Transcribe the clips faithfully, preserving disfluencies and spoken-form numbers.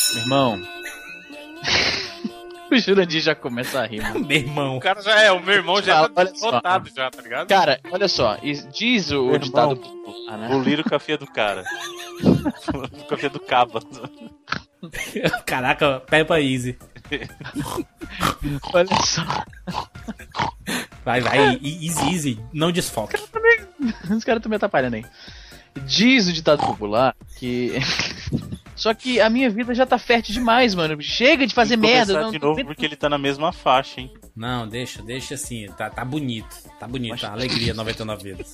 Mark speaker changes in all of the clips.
Speaker 1: Meu irmão. O Jurandir já começa a rir, mano.
Speaker 2: Meu irmão.
Speaker 3: O cara já é, o meu irmão já
Speaker 1: Ah,
Speaker 3: tá desbotado já, tá ligado?
Speaker 1: Cara, olha só, diz o
Speaker 4: Meu
Speaker 1: ditado
Speaker 4: irmão,
Speaker 1: popular, né?
Speaker 4: Bolir o café do cara. O café do caba.
Speaker 2: Caraca, Peppa Easy.
Speaker 1: Olha só.
Speaker 2: Vai, vai, easy, easy. Não desfoque.
Speaker 1: Os caras estão me atrapalhando aí. Diz o ditado popular que... Só que a minha vida já tá fértil demais, mano. Chega de fazer
Speaker 4: Tem que
Speaker 1: merda.
Speaker 4: começar
Speaker 1: Não,
Speaker 4: de novo porque ele tá na mesma faixa, hein?
Speaker 2: Não, deixa, deixa assim. Tá, tá bonito. Tá bonito. Tá alegria, noventa e nove vidas.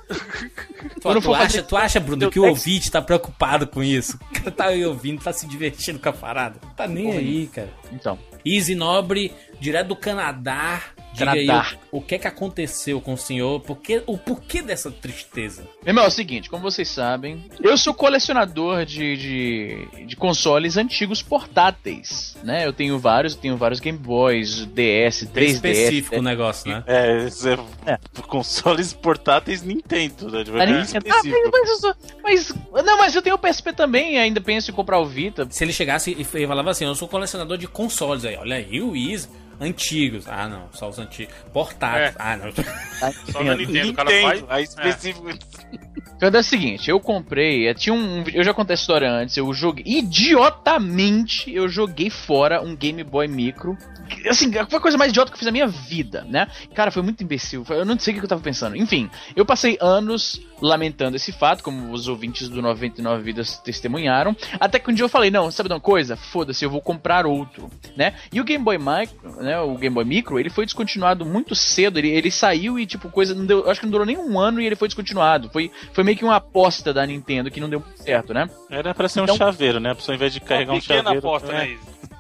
Speaker 2: Tu, tu, acha, tu acha, Bruno, que o ouvinte tá preocupado com isso? O cara tá aí ouvindo, tá se divertindo com a parada. Tá nem aí, cara.
Speaker 1: Então.
Speaker 2: Easy Nobre, direto do Canadá. Diga aí o, o que é que aconteceu com o senhor, porque, o porquê dessa tristeza?
Speaker 1: Meu irmão, é o seguinte, como vocês sabem, eu sou colecionador de, de, de consoles antigos portáteis, né? Eu tenho vários, eu tenho vários Game Boys, D S, três D S.
Speaker 2: Bem específico o negócio, né?
Speaker 4: É, é, é. Consoles portáteis Nintendo, né?
Speaker 1: É
Speaker 4: bem
Speaker 1: Nintendo.
Speaker 4: específico.
Speaker 1: Ah, mas, eu sou, mas, não, mas eu tenho o P S P também, ainda penso em comprar o Vita.
Speaker 2: Se ele chegasse e falava assim, eu sou colecionador de consoles, aí, olha aí o Easy. Antigos. Ah, não. Só os antigos. Portáteis. É. Ah, não.
Speaker 3: Só na Nintendo, o cara faz.
Speaker 4: Aí específico.
Speaker 1: É. Então é o seguinte, eu comprei, tinha um, eu já contei a história antes, eu joguei, idiotamente, eu joguei fora um Game Boy Micro. Assim, foi a coisa mais idiota que eu fiz na minha vida, né? Cara, foi muito imbecil, eu não sei o que eu tava pensando. Enfim, eu passei anos lamentando esse fato, como os ouvintes do noventa e nove Vidas testemunharam, até que um dia eu falei, não, sabe de uma coisa? Foda-se, eu vou comprar outro, né? E o Game Boy Micro, né, o Game Boy Micro, ele foi descontinuado muito cedo, ele, ele saiu e tipo, coisa, não deu, acho que não durou nem um ano e ele foi descontinuado. Foi, foi meio que uma aposta da Nintendo que não deu muito certo, né?
Speaker 4: Era pra ser
Speaker 1: então,
Speaker 4: um chaveiro, né? A pessoa, ao invés de carregar um chaveiro...
Speaker 3: aposta, né?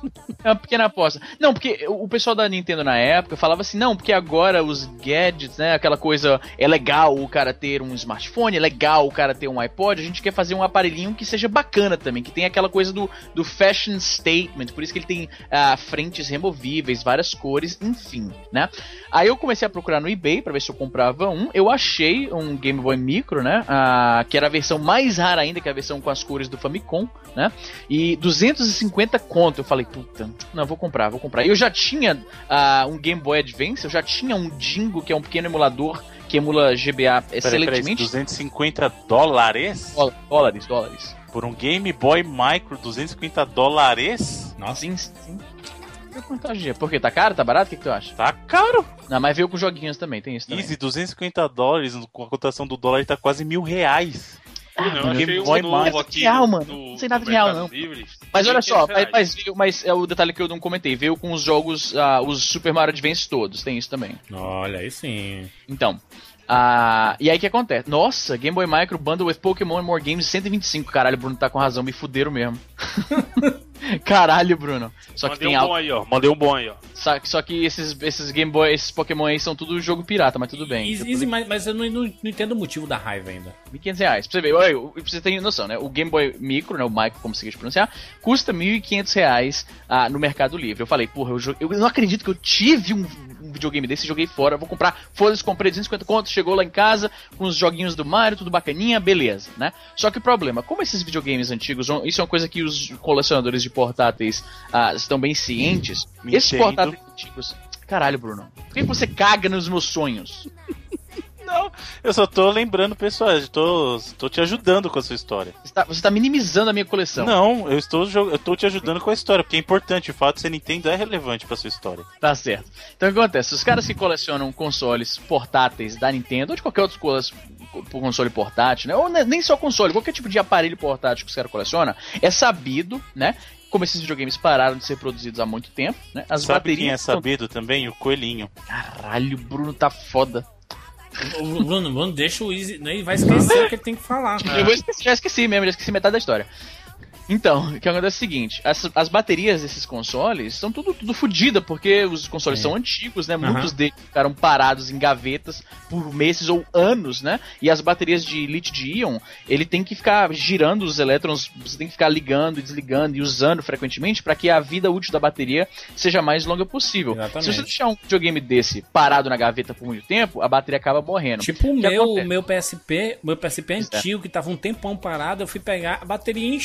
Speaker 1: É uma pequena aposta. Não, porque o pessoal da Nintendo na época falava assim, não, porque agora os gadgets, né, aquela coisa, é legal o cara ter um smartphone, é legal o cara ter um iPod, a gente quer fazer um aparelhinho que seja bacana também, que tem aquela coisa do, do fashion statement, por isso que ele tem ah, frentes removíveis, várias cores, enfim, né. Aí eu comecei a procurar no eBay pra ver se eu comprava um, eu achei um Game Boy Micro, né, ah, que era a versão mais rara ainda, que é a versão com as cores do Famicom, né, e duzentos e cinquenta conto, eu falei, puta, não, vou comprar, vou comprar. Eu já tinha uh, um Game Boy Advance, eu já tinha um Dingo, que é um pequeno emulador que emula G B A excelentemente.
Speaker 4: Peraí, duzentos e cinquenta dólares?
Speaker 1: Dólares, dólares.
Speaker 4: Por um Game Boy Micro, duzentos e cinquenta dólares?
Speaker 1: Nossa, sim, sim. Por quê? Tá caro? Tá barato? O que, que tu acha?
Speaker 4: Tá caro.
Speaker 1: Não, mas veio com joguinhos também, tem isso também.
Speaker 4: Easy, duzentos e cinquenta dólares, com a cotação do dólar tá quase mil reais.
Speaker 3: Ah, eu achei
Speaker 4: Game
Speaker 3: um
Speaker 4: Boy
Speaker 3: novo aqui
Speaker 1: real,
Speaker 3: no,
Speaker 1: mano.
Speaker 3: no,
Speaker 1: não sei nada
Speaker 3: no
Speaker 1: de real, não.
Speaker 3: Livre.
Speaker 1: Mas olha só, mas,
Speaker 3: mas,
Speaker 1: mas, veio, mas é o detalhe que eu não comentei. Veio com os jogos, uh, os Super Mario Advance todos, tem isso também.
Speaker 2: Olha, aí sim.
Speaker 1: Então, uh, e aí o que acontece? Nossa, Game Boy Micro Bundle with Pokémon and More Games cento e vinte e cinco. Caralho, Bruno tá com razão, me fuderam mesmo. Caralho, Bruno. Só
Speaker 3: Mandei
Speaker 1: que tem
Speaker 3: um
Speaker 1: algo.
Speaker 3: bom aí, ó. Mandei um bom aí, ó.
Speaker 1: Só, só que esses, esses Game Boy, esses Pokémon aí são tudo jogo pirata, mas tudo bem.
Speaker 2: Easy, easy, mas, mas eu não, não, não entendo o motivo da raiva ainda.
Speaker 1: mil e quinhentos reais. Pra você ver, olha, pra você ter noção, né? O Game Boy Micro, né? O Micro, como você quer pronunciar, custa mil e quinhentos reais ah, no Mercado Livre. Eu falei, porra, eu, eu não acredito que eu tive um, um videogame desse e joguei fora. Eu vou comprar, foda-se, comprei duzentos e cinquenta contos, chegou lá em casa com os joguinhos do Mario, tudo bacaninha, beleza, né? Só que o problema, como esses videogames antigos, isso é uma coisa que os colecionadores de portáteis ah, estão bem cientes.
Speaker 4: Me
Speaker 1: esses
Speaker 4: entendo.
Speaker 1: portáteis antigos... Caralho, Bruno. Por que você caga nos meus sonhos?
Speaker 4: Não, eu só tô lembrando, pessoal, eu tô, tô te ajudando com a sua história.
Speaker 1: Você tá, você tá minimizando a minha coleção.
Speaker 4: Não, eu estou eu tô te ajudando com a história, porque é importante, o fato de ser Nintendo é relevante pra sua história.
Speaker 1: Tá certo. Então o que acontece? Os caras que colecionam consoles portáteis da Nintendo ou de qualquer outro console portátil, né? Ou nem só console, qualquer tipo de aparelho portátil que os caras colecionam, é sabido, né? Como esses videogames pararam de ser produzidos há muito tempo, né? As
Speaker 4: Sabe
Speaker 1: baterias
Speaker 4: quem é sabido são... também? O Coelhinho.
Speaker 1: Caralho, o Bruno tá foda.
Speaker 2: Bruno, Bruno, deixa o Easy, né? Ele vai esquecer o que ele tem que falar.
Speaker 1: Eu vou esquecer, já esqueci mesmo, já esqueci metade da história. Então, o que acontece é o seguinte, as, as baterias desses consoles são tudo, tudo fodidas, porque os consoles é. são antigos, né? Uhum. Muitos deles ficaram parados em gavetas por meses ou anos, né? E as baterias de lítio-íon, ele tem que ficar girando os elétrons, você tem que ficar ligando e desligando e usando frequentemente para que a vida útil da bateria seja a mais longa possível.
Speaker 2: Exatamente.
Speaker 1: Se você deixar um videogame desse parado na gaveta por muito tempo, a bateria acaba morrendo.
Speaker 2: Tipo o meu, meu P S P, meu P S P antigo, é. que tava um tempão parado, eu fui pegar, a bateria inchou, cara.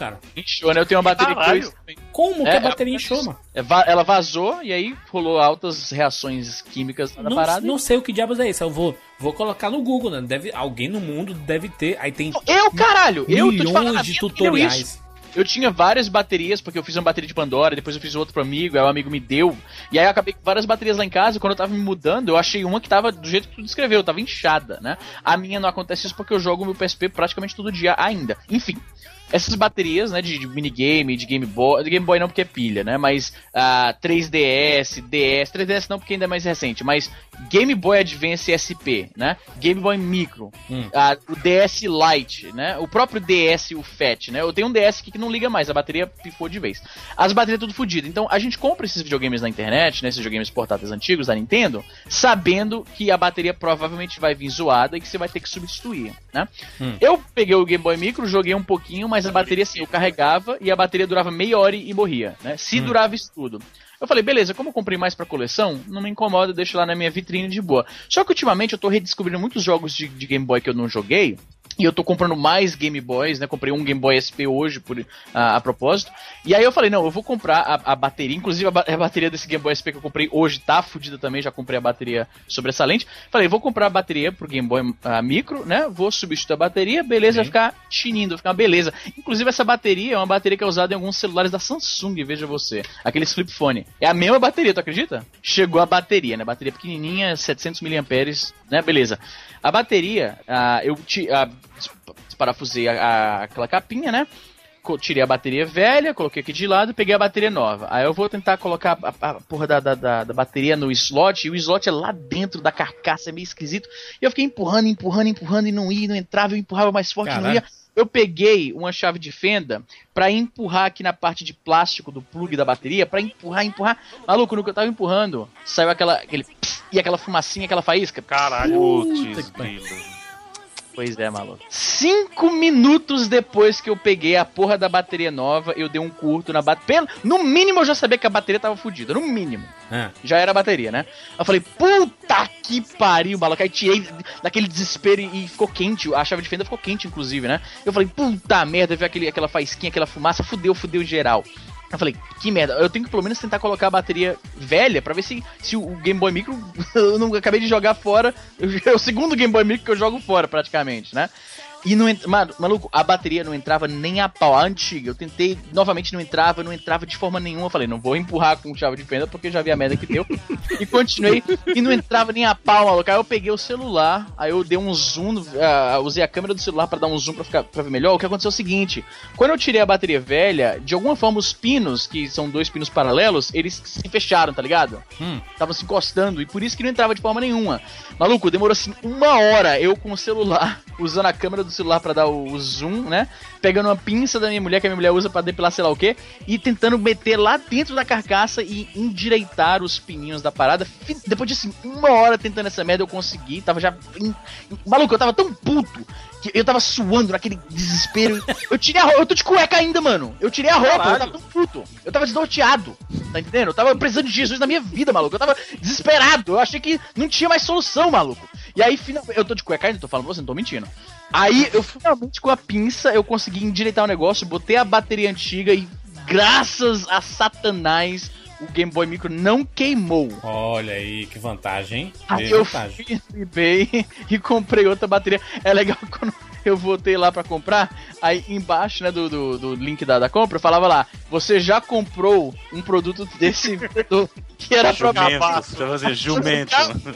Speaker 2: cara.
Speaker 1: Inchou, né? Eu tenho uma bateria
Speaker 3: Caralho.
Speaker 1: que...
Speaker 2: Como que
Speaker 1: É,
Speaker 2: a bateria
Speaker 1: ela-
Speaker 2: inchou, mano?
Speaker 1: É, va- Ela vazou e aí rolou altas reações químicas na
Speaker 2: Não,
Speaker 1: parada.
Speaker 2: não sei o que diabos é isso. Eu vou, vou colocar no Google, né? Deve, alguém no mundo deve ter. Aí tem
Speaker 1: Eu, caralho! Eu tô te falando,
Speaker 2: milhões
Speaker 1: a
Speaker 2: de
Speaker 1: minha
Speaker 2: tutoriais.
Speaker 1: deu isso. Eu tinha várias baterias, porque eu fiz uma bateria de Pandora, depois eu fiz outra pro amigo, aí o amigo me deu. E aí eu acabei com várias baterias lá em casa, e quando eu tava me mudando, eu achei uma que tava do jeito que tu descreveu, tava inchada, né? A minha não acontece isso porque eu jogo meu P S P praticamente todo dia ainda. Enfim. Essas baterias, né, de, de minigame, de Game Boy, de Game Boy não porque é pilha, né, mas uh, três D S, D S, três D S não porque ainda é mais recente, mas Game Boy Advance S P, né, Game Boy Micro,
Speaker 2: Hum.
Speaker 1: uh, o D S Lite, né, o próprio D S, o Fat, né, eu tenho um D S aqui que não liga mais, a bateria pifou de vez. As baterias tudo fodidas, então a gente compra esses videogames na internet, né, esses videogames portáteis antigos da Nintendo, sabendo que a bateria provavelmente vai vir zoada e que você vai ter que substituir, né.
Speaker 2: Hum.
Speaker 1: Eu peguei o Game Boy Micro, joguei um pouquinho, mas a bateria assim, eu carregava e a bateria durava meia hora e morria, né? Se
Speaker 2: Hum.
Speaker 1: durava isso tudo. Eu falei, beleza, como eu comprei mais pra coleção, não me incomoda, deixo lá na minha vitrine de boa. Só que ultimamente eu tô redescobrindo muitos jogos de, de Game Boy que eu não joguei, e eu tô comprando mais Game Boys, né? Comprei um Game Boy S P hoje, por, a, a propósito. E aí eu falei, não, eu vou comprar a, a bateria. Inclusive a, ba a bateria desse Game Boy S P que eu comprei hoje tá fodida também. Já comprei a bateria sobressalente. Falei, vou comprar a bateria pro Game Boy uh, Micro, né? Vou substituir a bateria, beleza,
Speaker 2: Sim.
Speaker 1: vai ficar tinindo, vai ficar uma beleza. Inclusive essa bateria é uma bateria que é usada em alguns celulares da Samsung, veja você. Aqueles flip phone. É a mesma bateria, tu acredita? Chegou a bateria, né? Bateria pequenininha, setecentos miliamperes, né? Beleza. A bateria, uh, eu te, uh, desparafusei a, a, aquela capinha, né? Tirei a bateria velha, coloquei aqui de lado e peguei a bateria nova. Aí eu vou tentar colocar a, a porra da, da, da, da bateria no slot, e o slot é lá dentro da carcaça, é meio esquisito. E eu fiquei empurrando, empurrando, empurrando e não ia, não entrava, eu empurrava mais forte,
Speaker 2: Caralho.
Speaker 1: não ia. Eu peguei uma chave de fenda pra empurrar aqui na parte de plástico do plug da bateria, pra empurrar, empurrar. Maluco, no que eu tava empurrando, saiu aquela, aquele pss, e aquela fumacinha, aquela faísca.
Speaker 3: Caralho.
Speaker 4: Putz, grilo.
Speaker 1: Pois é, maluco. Cinco minutos depois que eu peguei a porra da bateria nova, eu dei um curto na bateria. No mínimo eu já sabia que a bateria tava fodida, no mínimo.
Speaker 2: É.
Speaker 1: Já era a bateria, né? Eu falei, puta que pariu, maluco. Aí tirei daquele desespero e, e ficou quente. A chave de fenda ficou quente, inclusive, né? Eu falei, puta merda, veio aquele, aquela faísquinha, aquela fumaça, fudeu, fudeu geral. Eu falei, que merda, eu tenho que pelo menos tentar colocar a bateria velha pra ver se, se o Game Boy Micro eu não acabei de jogar fora. É o segundo Game Boy Micro que eu jogo fora, praticamente, né? E não entra... Mano, maluco, a bateria não entrava nem a pau, a antiga. Eu tentei, novamente não entrava, não entrava de forma nenhuma. Eu falei, não vou empurrar com chave de fenda porque já vi a merda que deu. E continuei, e não entrava nem a pau, maluco. Aí eu peguei o celular, aí eu dei um zoom, no, uh, usei a câmera do celular pra dar um zoom pra, ficar, pra ver melhor. O que aconteceu é o seguinte, quando eu tirei a bateria velha, de alguma forma os pinos, que são dois pinos paralelos, eles se fecharam, tá ligado?
Speaker 2: Hum.
Speaker 1: Estavam se encostando, e por isso que não entrava de forma nenhuma. Maluco, demorou assim uma hora eu com o celular, usando a câmera do celular pra dar o, o zoom, né? Pegando uma pinça da minha mulher, que a minha mulher usa pra depilar sei lá o que, e tentando meter lá dentro da carcaça e endireitar os pininhos da parada. Depois de assim, uma hora tentando essa merda, eu consegui. Tava já. Em... Maluco, eu tava tão puto que eu tava suando naquele desespero. Eu tirei a roupa, eu tô de cueca ainda, mano. Eu tirei a roupa, eu tava tão puto. Eu tava desnorteado, tá entendendo? Eu tava precisando de Jesus na minha vida, maluco. Eu tava desesperado. Eu achei que não tinha mais solução, maluco. E aí, finalmente. Eu tô de cueca ainda, tô falando pra você, não tô mentindo. Aí, eu finalmente com a pinça, eu consegui endireitar o negócio, botei a bateria antiga e, graças a Satanás, o Game Boy Micro não queimou.
Speaker 2: Olha aí, que vantagem, hein?
Speaker 1: Aí
Speaker 2: Que
Speaker 1: eu
Speaker 2: vantagem.
Speaker 1: fui no eBay e comprei outra bateria. É legal quando eu voltei lá pra comprar, aí embaixo, né, do, do, do link da, da compra, falava lá, você já comprou um produto desse do, que era pra
Speaker 4: Jumento, você vai fazer jumento.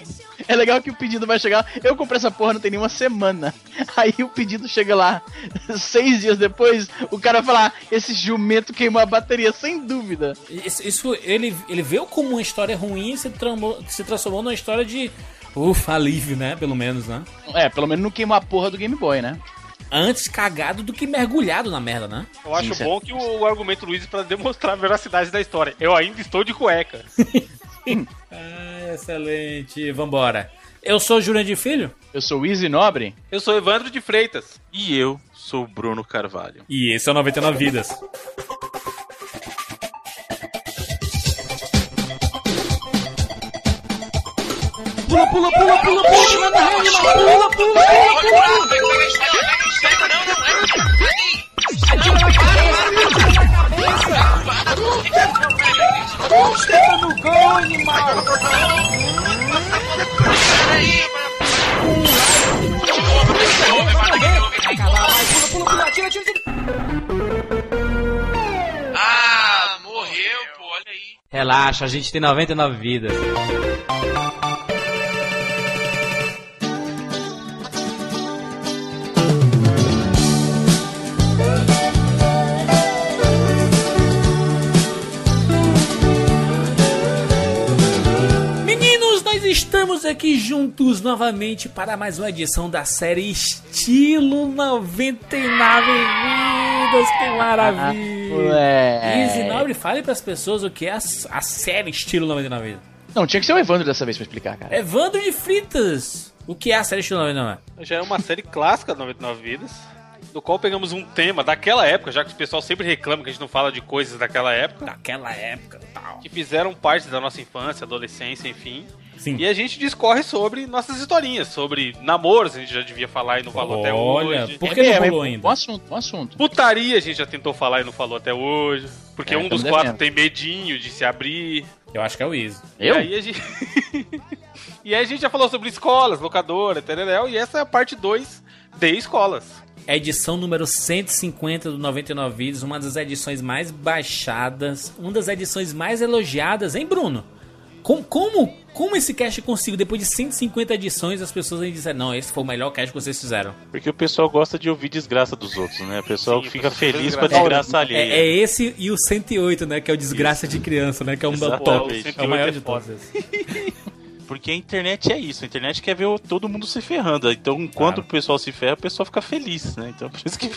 Speaker 1: É legal que o pedido vai chegar. Eu comprei essa porra não tem nenhuma semana. Aí o pedido chega lá seis dias depois. O cara fala: ah, esse jumento queimou a bateria, sem dúvida.
Speaker 2: Isso, isso ele, ele veio como uma história ruim e se, tramou, se transformou numa história de ufa, alívio, né? Pelo menos, né?
Speaker 1: É, pelo menos não queimou a porra do Game Boy, né?
Speaker 2: Antes cagado do que mergulhado na merda, né?
Speaker 3: Eu acho
Speaker 1: Sim,
Speaker 3: bom que o, o argumento do Luiz pra demonstrar a veracidade da história. Eu ainda estou de cueca.
Speaker 2: Ah, excelente. Vambora. Eu sou Júnior de Filho.
Speaker 1: Eu sou o Easy Nobre.
Speaker 3: Eu sou Evandro de Freitas.
Speaker 4: E eu sou o Bruno Carvalho.
Speaker 2: E esse é o noventa e nove Vidas.
Speaker 1: Pula, pula, pula, pula, pula, pula, pula, pula, pula, pula, pula.
Speaker 2: animal!
Speaker 5: Ah, morreu, pô, olha aí.
Speaker 2: Relaxa, a gente tem noventa e nove vidas. Estamos aqui juntos novamente para mais uma edição da série Estilo noventa e nove Vidas. Que maravilha! Easy Nobre, fale para as pessoas o que é a, a série Estilo noventa e nove Vidas.
Speaker 1: Não, tinha que ser o Evandro dessa vez pra explicar, cara.
Speaker 2: Evandro de Fritas! O que é a série Estilo noventa e nove?
Speaker 3: Já é uma série clássica de noventa e nove Vidas, do qual pegamos um tema daquela época, já que o pessoal sempre reclama que a gente não fala de coisas daquela época.
Speaker 2: Daquela época tal.
Speaker 3: Que fizeram parte da nossa infância, adolescência, enfim.
Speaker 2: Sim.
Speaker 3: E a gente discorre sobre nossas historinhas, sobre namoros, a gente já devia falar e não falou até
Speaker 2: Olha,
Speaker 3: hoje.
Speaker 2: por que não falou
Speaker 1: é,
Speaker 2: ainda?
Speaker 1: Um assunto, um assunto.
Speaker 3: Putaria a gente já tentou falar e não falou até hoje. Porque
Speaker 1: É,
Speaker 3: um dos
Speaker 1: tamo
Speaker 3: quatro
Speaker 1: devendo.
Speaker 3: tem medinho de se abrir.
Speaker 2: Eu acho que é o Easy.
Speaker 1: Eu?
Speaker 3: E aí a gente, e aí a gente já falou sobre escolas, locadora, tereréu, e essa é a parte dois de escolas.
Speaker 2: É a edição número cento e cinquenta do noventa e nove Vidas, uma das edições mais baixadas, uma das edições mais elogiadas, hein, Bruno? Como, como, como esse cast conseguiu, depois de cento e cinquenta edições, as pessoas ainda disseram, não, esse foi o melhor cast que vocês fizeram.
Speaker 4: Porque o pessoal gosta de ouvir desgraça dos outros, né? O pessoal
Speaker 3: Sim,
Speaker 4: fica
Speaker 3: o pessoal
Speaker 4: feliz
Speaker 3: fica
Speaker 4: com a desgraça
Speaker 2: É,
Speaker 4: alheia.
Speaker 2: é esse e o cento e oito, né, que é o Desgraça de Criança, né, que é um da top.
Speaker 4: Exatamente.
Speaker 2: É o maior
Speaker 3: é
Speaker 2: de
Speaker 3: foda.
Speaker 2: todos.
Speaker 4: Porque a internet é isso, a internet quer ver o- todo mundo se ferrando. Então, enquanto
Speaker 2: Claro.
Speaker 4: o pessoal se ferra, o pessoal fica feliz, né? Então, por isso que...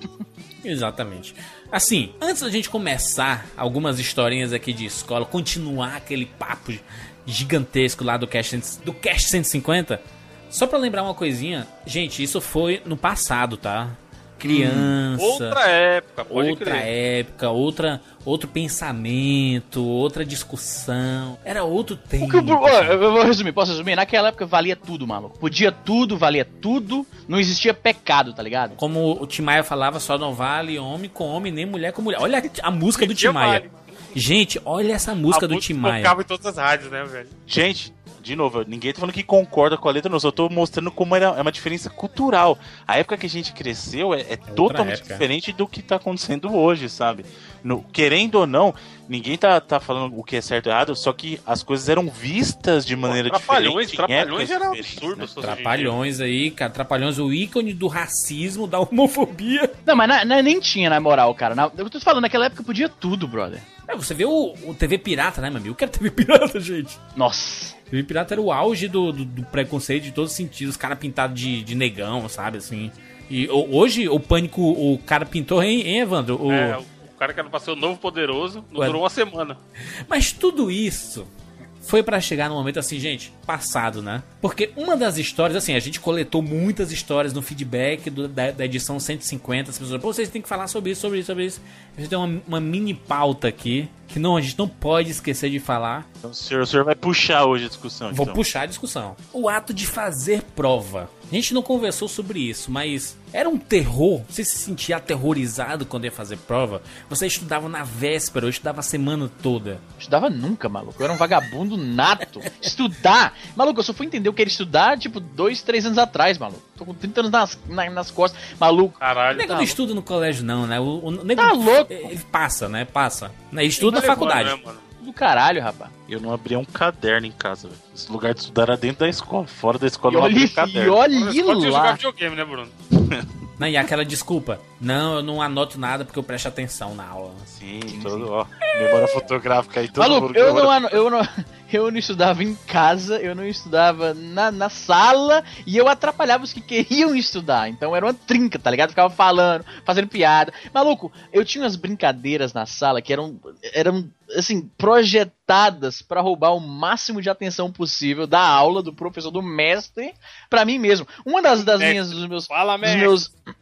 Speaker 2: Exatamente. Assim, antes da gente começar algumas historinhas aqui de escola, continuar aquele papo gigantesco lá do Cast, do Cast cento e cinquenta, só pra lembrar uma coisinha, gente, isso foi no passado, tá? Criança,
Speaker 3: Outra época, pode
Speaker 2: outra
Speaker 3: crer.
Speaker 2: época, outra, outro pensamento, outra discussão. Era outro tempo.
Speaker 1: O que o- ó, eu vou resumir, posso resumir? Naquela época valia tudo, maluco. Podia tudo, valia tudo, não existia pecado, tá ligado?
Speaker 2: Como o Tim Maia falava, só não vale homem com homem, nem mulher com mulher. Olha a, a música do Tim
Speaker 3: Dia
Speaker 2: Maia.
Speaker 3: vale.
Speaker 2: Gente, olha essa música
Speaker 3: A
Speaker 2: do
Speaker 3: música
Speaker 2: Tim Maia.
Speaker 3: tocava em todas as rádios, né, velho?
Speaker 4: Gente, de novo, ninguém tá falando que concorda com a letra, não. Só tô mostrando como era, é uma diferença cultural. A época que a gente cresceu é, é totalmente
Speaker 2: época.
Speaker 4: diferente do que tá acontecendo hoje, sabe? No, querendo ou não, ninguém tá, tá falando o que é certo ou errado, só que as coisas eram vistas de maneira
Speaker 3: Trapalhões,
Speaker 4: diferente. em
Speaker 3: Trapalhões
Speaker 4: épocas
Speaker 3: era
Speaker 4: diferentes,
Speaker 3: absurdo.
Speaker 4: né?
Speaker 3: se fosse hoje em dia.
Speaker 2: Trapalhões aí, cara. Trapalhões, o ícone do racismo, da homofobia.
Speaker 1: Não, mas na- na- nem tinha, na moral, cara. Na- eu tô te falando, naquela época podia tudo, brother.
Speaker 2: É, você vê o, o T V Pirata, né, meu amigo? O que era T V Pirata, gente?
Speaker 1: Nossa.
Speaker 2: T V Pirata era o auge do, do, do preconceito de todos os sentidos. Os caras pintados de, de negão, sabe, assim. E o- hoje, o Pânico, o cara pintou, hein, hein Evandro? O...
Speaker 3: É, o cara que era pra ser o novo poderoso, não
Speaker 2: Ué.
Speaker 3: durou uma semana.
Speaker 2: Mas tudo isso foi pra chegar num momento assim, gente, passado, né? Porque uma das histórias, assim, a gente coletou muitas histórias no feedback do- da, da edição cento e cinquenta. As pessoas, pô, vocês têm que falar sobre isso, sobre isso, sobre isso. A gente tem uma, uma mini pauta aqui que não, a gente não pode esquecer de falar.
Speaker 4: Então, o senhor, o senhor vai puxar hoje a discussão.
Speaker 2: Vou
Speaker 4: então.
Speaker 2: puxar a discussão. O ato de fazer prova. A gente não conversou sobre isso, mas era um terror. Você se sentia aterrorizado quando ia fazer prova? Você estudava na véspera, eu estudava a semana toda.
Speaker 1: Estudava nunca, maluco. Eu era um vagabundo nato. Estudar. Maluco, eu só fui entender o que era estudar, tipo, dois, três anos atrás, maluco. Tô com trinta anos nas, na- nas costas. Maluco.
Speaker 2: O
Speaker 3: Caralho.
Speaker 2: nego
Speaker 1: tá
Speaker 2: não
Speaker 1: louco.
Speaker 2: estuda no colégio, não, né? O, o nego
Speaker 1: Tá louco.
Speaker 2: Ele passa, né? Passa. Ele estuda na
Speaker 3: Tá levando,
Speaker 2: faculdade.
Speaker 3: né, mano?
Speaker 1: Do caralho, rapaz.
Speaker 4: Eu não abria um caderno em casa, velho. Esse lugar de estudar era dentro da escola. Fora da escola
Speaker 1: E
Speaker 4: eu não
Speaker 1: olha,
Speaker 4: abria um
Speaker 1: e
Speaker 4: caderno.
Speaker 1: olha
Speaker 3: Mas pode jogar
Speaker 1: lá.
Speaker 3: videogame, né, Bruno?
Speaker 2: Não, e aquela desculpa. Não, eu não anoto nada porque eu presto atenção na aula.
Speaker 4: Sim, todo, ó. Memória fotográfica aí, todo
Speaker 1: Maluco,
Speaker 4: mundo
Speaker 1: eu
Speaker 4: memória-
Speaker 1: não, ano- eu, não, eu não estudava em casa, eu não estudava na, na sala e eu atrapalhava os que queriam estudar. Então era uma trinca, tá ligado? Ficava falando, fazendo piada. Maluco, eu tinha umas brincadeiras na sala que eram, eram assim, projetadas pra roubar o máximo de atenção possível da aula, do professor, do mestre, pra mim mesmo. Uma das, das
Speaker 3: Mestre.
Speaker 1: minhas, dos meus,
Speaker 3: Fala,
Speaker 1: dos
Speaker 3: mestre.
Speaker 1: meus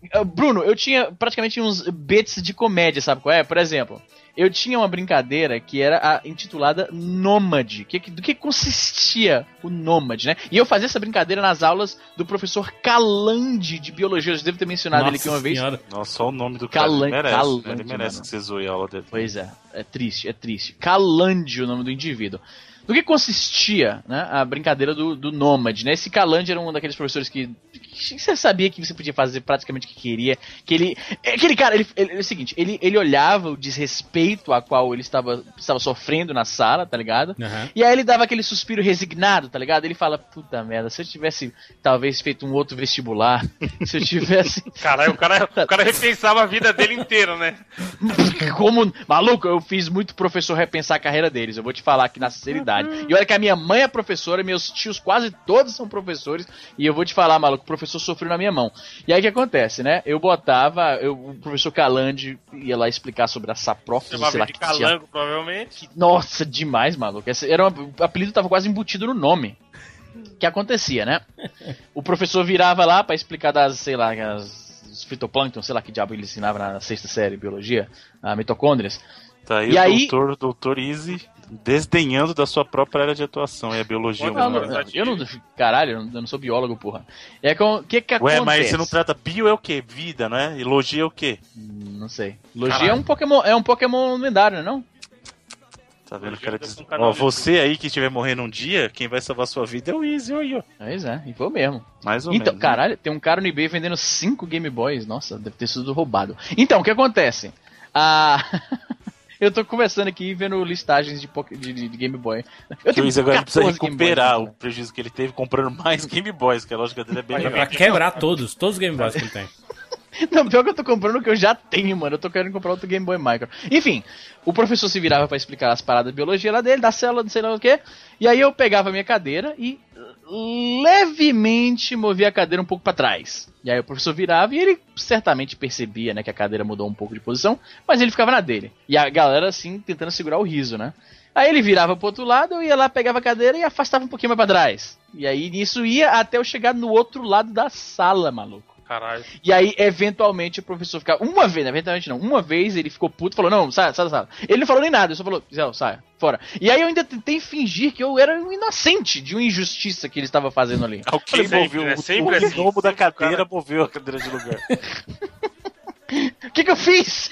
Speaker 1: Bruno, eu tinha praticamente uns bits de comédia, sabe qual é? Por exemplo, eu tinha uma brincadeira que era a intitulada Nômade. Que, do que consistia o Nômade, né? E eu fazia essa brincadeira nas aulas do professor Calandi de Biologia. Eu devo ter mencionado
Speaker 2: Nossa
Speaker 1: ele aqui uma
Speaker 2: senhora.
Speaker 1: vez.
Speaker 4: Nossa, só o nome do cara.
Speaker 1: Calan-
Speaker 4: Ele merece,
Speaker 1: Calandi,
Speaker 4: né? Ele merece
Speaker 1: mano.
Speaker 4: que você zoe a aula dele.
Speaker 1: Pois é, é triste, é triste. Calandi, o nome do indivíduo. Do que consistia, né, a brincadeira do, do Nômade, né? Esse Calandi era um daqueles professores que, que você sabia que você podia fazer praticamente o que queria. Que ele, aquele cara, ele, ele, é o seguinte, ele, ele olhava o desrespeito a qual ele estava, estava sofrendo na sala, tá ligado?
Speaker 2: Uhum.
Speaker 1: E aí ele dava aquele suspiro resignado, tá ligado? Ele fala, puta merda, se eu tivesse talvez feito um outro vestibular, se eu tivesse...
Speaker 3: Caralho, o cara, o cara repensava a vida dele inteira, né?
Speaker 1: Como, maluco, eu fiz muito professor repensar a carreira deles, eu vou te falar aqui na sinceridade. E olha que a minha mãe é professora, meus tios quase todos são professores, e eu vou te falar, maluco, o professor sofreu na minha mão. E aí o que acontece, né? Eu botava, eu, o professor Calandi ia lá explicar sobre a saprofise,
Speaker 3: Chamava
Speaker 1: sei lá,
Speaker 3: de
Speaker 1: que tinha-
Speaker 3: calango, provavelmente.
Speaker 1: que- nossa, demais, maluco. Esse era uma- o apelido tava quase embutido no nome. O que acontecia, né? O professor virava lá pra explicar das, sei lá, as, os fitoplâncton, sei lá que diabo ele ensinava na sexta série de biologia, a mitocôndrias.
Speaker 4: Tá aí
Speaker 1: E
Speaker 4: o
Speaker 1: aí-
Speaker 4: doutor, doutor Easy desdenhando da sua própria área de atuação, é a biologia.
Speaker 3: Não,
Speaker 1: Não,
Speaker 4: humana.
Speaker 1: não, eu não. Caralho, eu não, eu não sou biólogo, porra. É o que que acontece?
Speaker 4: Ué, mas você não trata bio é o quê? Vida, não é? E logia é o quê?
Speaker 1: Hum, Não sei. Logia
Speaker 3: Caralho.
Speaker 1: é um Pokémon, é um Pokémon lendário, não?
Speaker 4: Tá vendo,
Speaker 3: Logia
Speaker 4: cara?
Speaker 3: deve
Speaker 4: Diz...
Speaker 3: ser um canal
Speaker 4: Ó,
Speaker 3: de
Speaker 4: você aí que estiver morrendo um dia, quem vai salvar sua vida é o Easy, aí, ó.
Speaker 1: Pois é, e foi mesmo.
Speaker 4: Mais ou
Speaker 1: Então,
Speaker 4: menos.
Speaker 1: caralho, tem um cara no eBay vendendo cinco Game Boys. Nossa, deve ter sido roubado. Então, o que acontece? Ah, eu tô conversando aqui vendo listagens de, Poké- de, de- de Game Boy. Eu
Speaker 4: Que o Easy agora ele precisa
Speaker 1: quatorze Game
Speaker 4: recuperar
Speaker 1: Boys,
Speaker 4: o prejuízo que ele teve comprando mais Game Boys, que a lógica dele é bem
Speaker 3: Vai,
Speaker 4: legal.
Speaker 2: Pra quebrar todos, todos os Game Boys que ele tem.
Speaker 1: Não, pior que eu tô comprando o que eu já tenho, mano. Eu tô querendo comprar outro Game Boy Micro. Enfim, o professor se virava pra explicar as paradas de biologia lá dele, da célula, não sei lá o quê. E aí eu pegava a minha cadeira e levemente movia a cadeira um pouco pra trás. E aí o professor virava e ele certamente percebia, né, que a cadeira mudou um pouco de posição, mas ele ficava na dele. E a galera, assim, tentando segurar o riso, né? Aí ele virava pro outro lado, eu ia lá, pegava a cadeira e afastava um pouquinho mais pra trás. E aí nisso ia até eu chegar no outro lado da sala, maluco.
Speaker 3: Caralho.
Speaker 1: E aí, eventualmente, o professor ficava... Uma vez, né? Eventualmente não. Uma vez ele ficou puto e falou, não, sai, sai da sala. Ele não falou nem nada, ele só falou, Zé, sai, fora. E aí eu ainda tentei fingir que eu era um inocente de uma injustiça que ele estava fazendo ali.
Speaker 4: Alguém
Speaker 3: Sempre,
Speaker 4: moveu
Speaker 3: né?
Speaker 4: o,
Speaker 3: Sempre
Speaker 4: o
Speaker 3: assim,
Speaker 4: gnomo da
Speaker 3: sempre o
Speaker 4: cadeira,
Speaker 3: cara-
Speaker 4: moveu a cadeira de lugar.
Speaker 1: O que que eu fiz?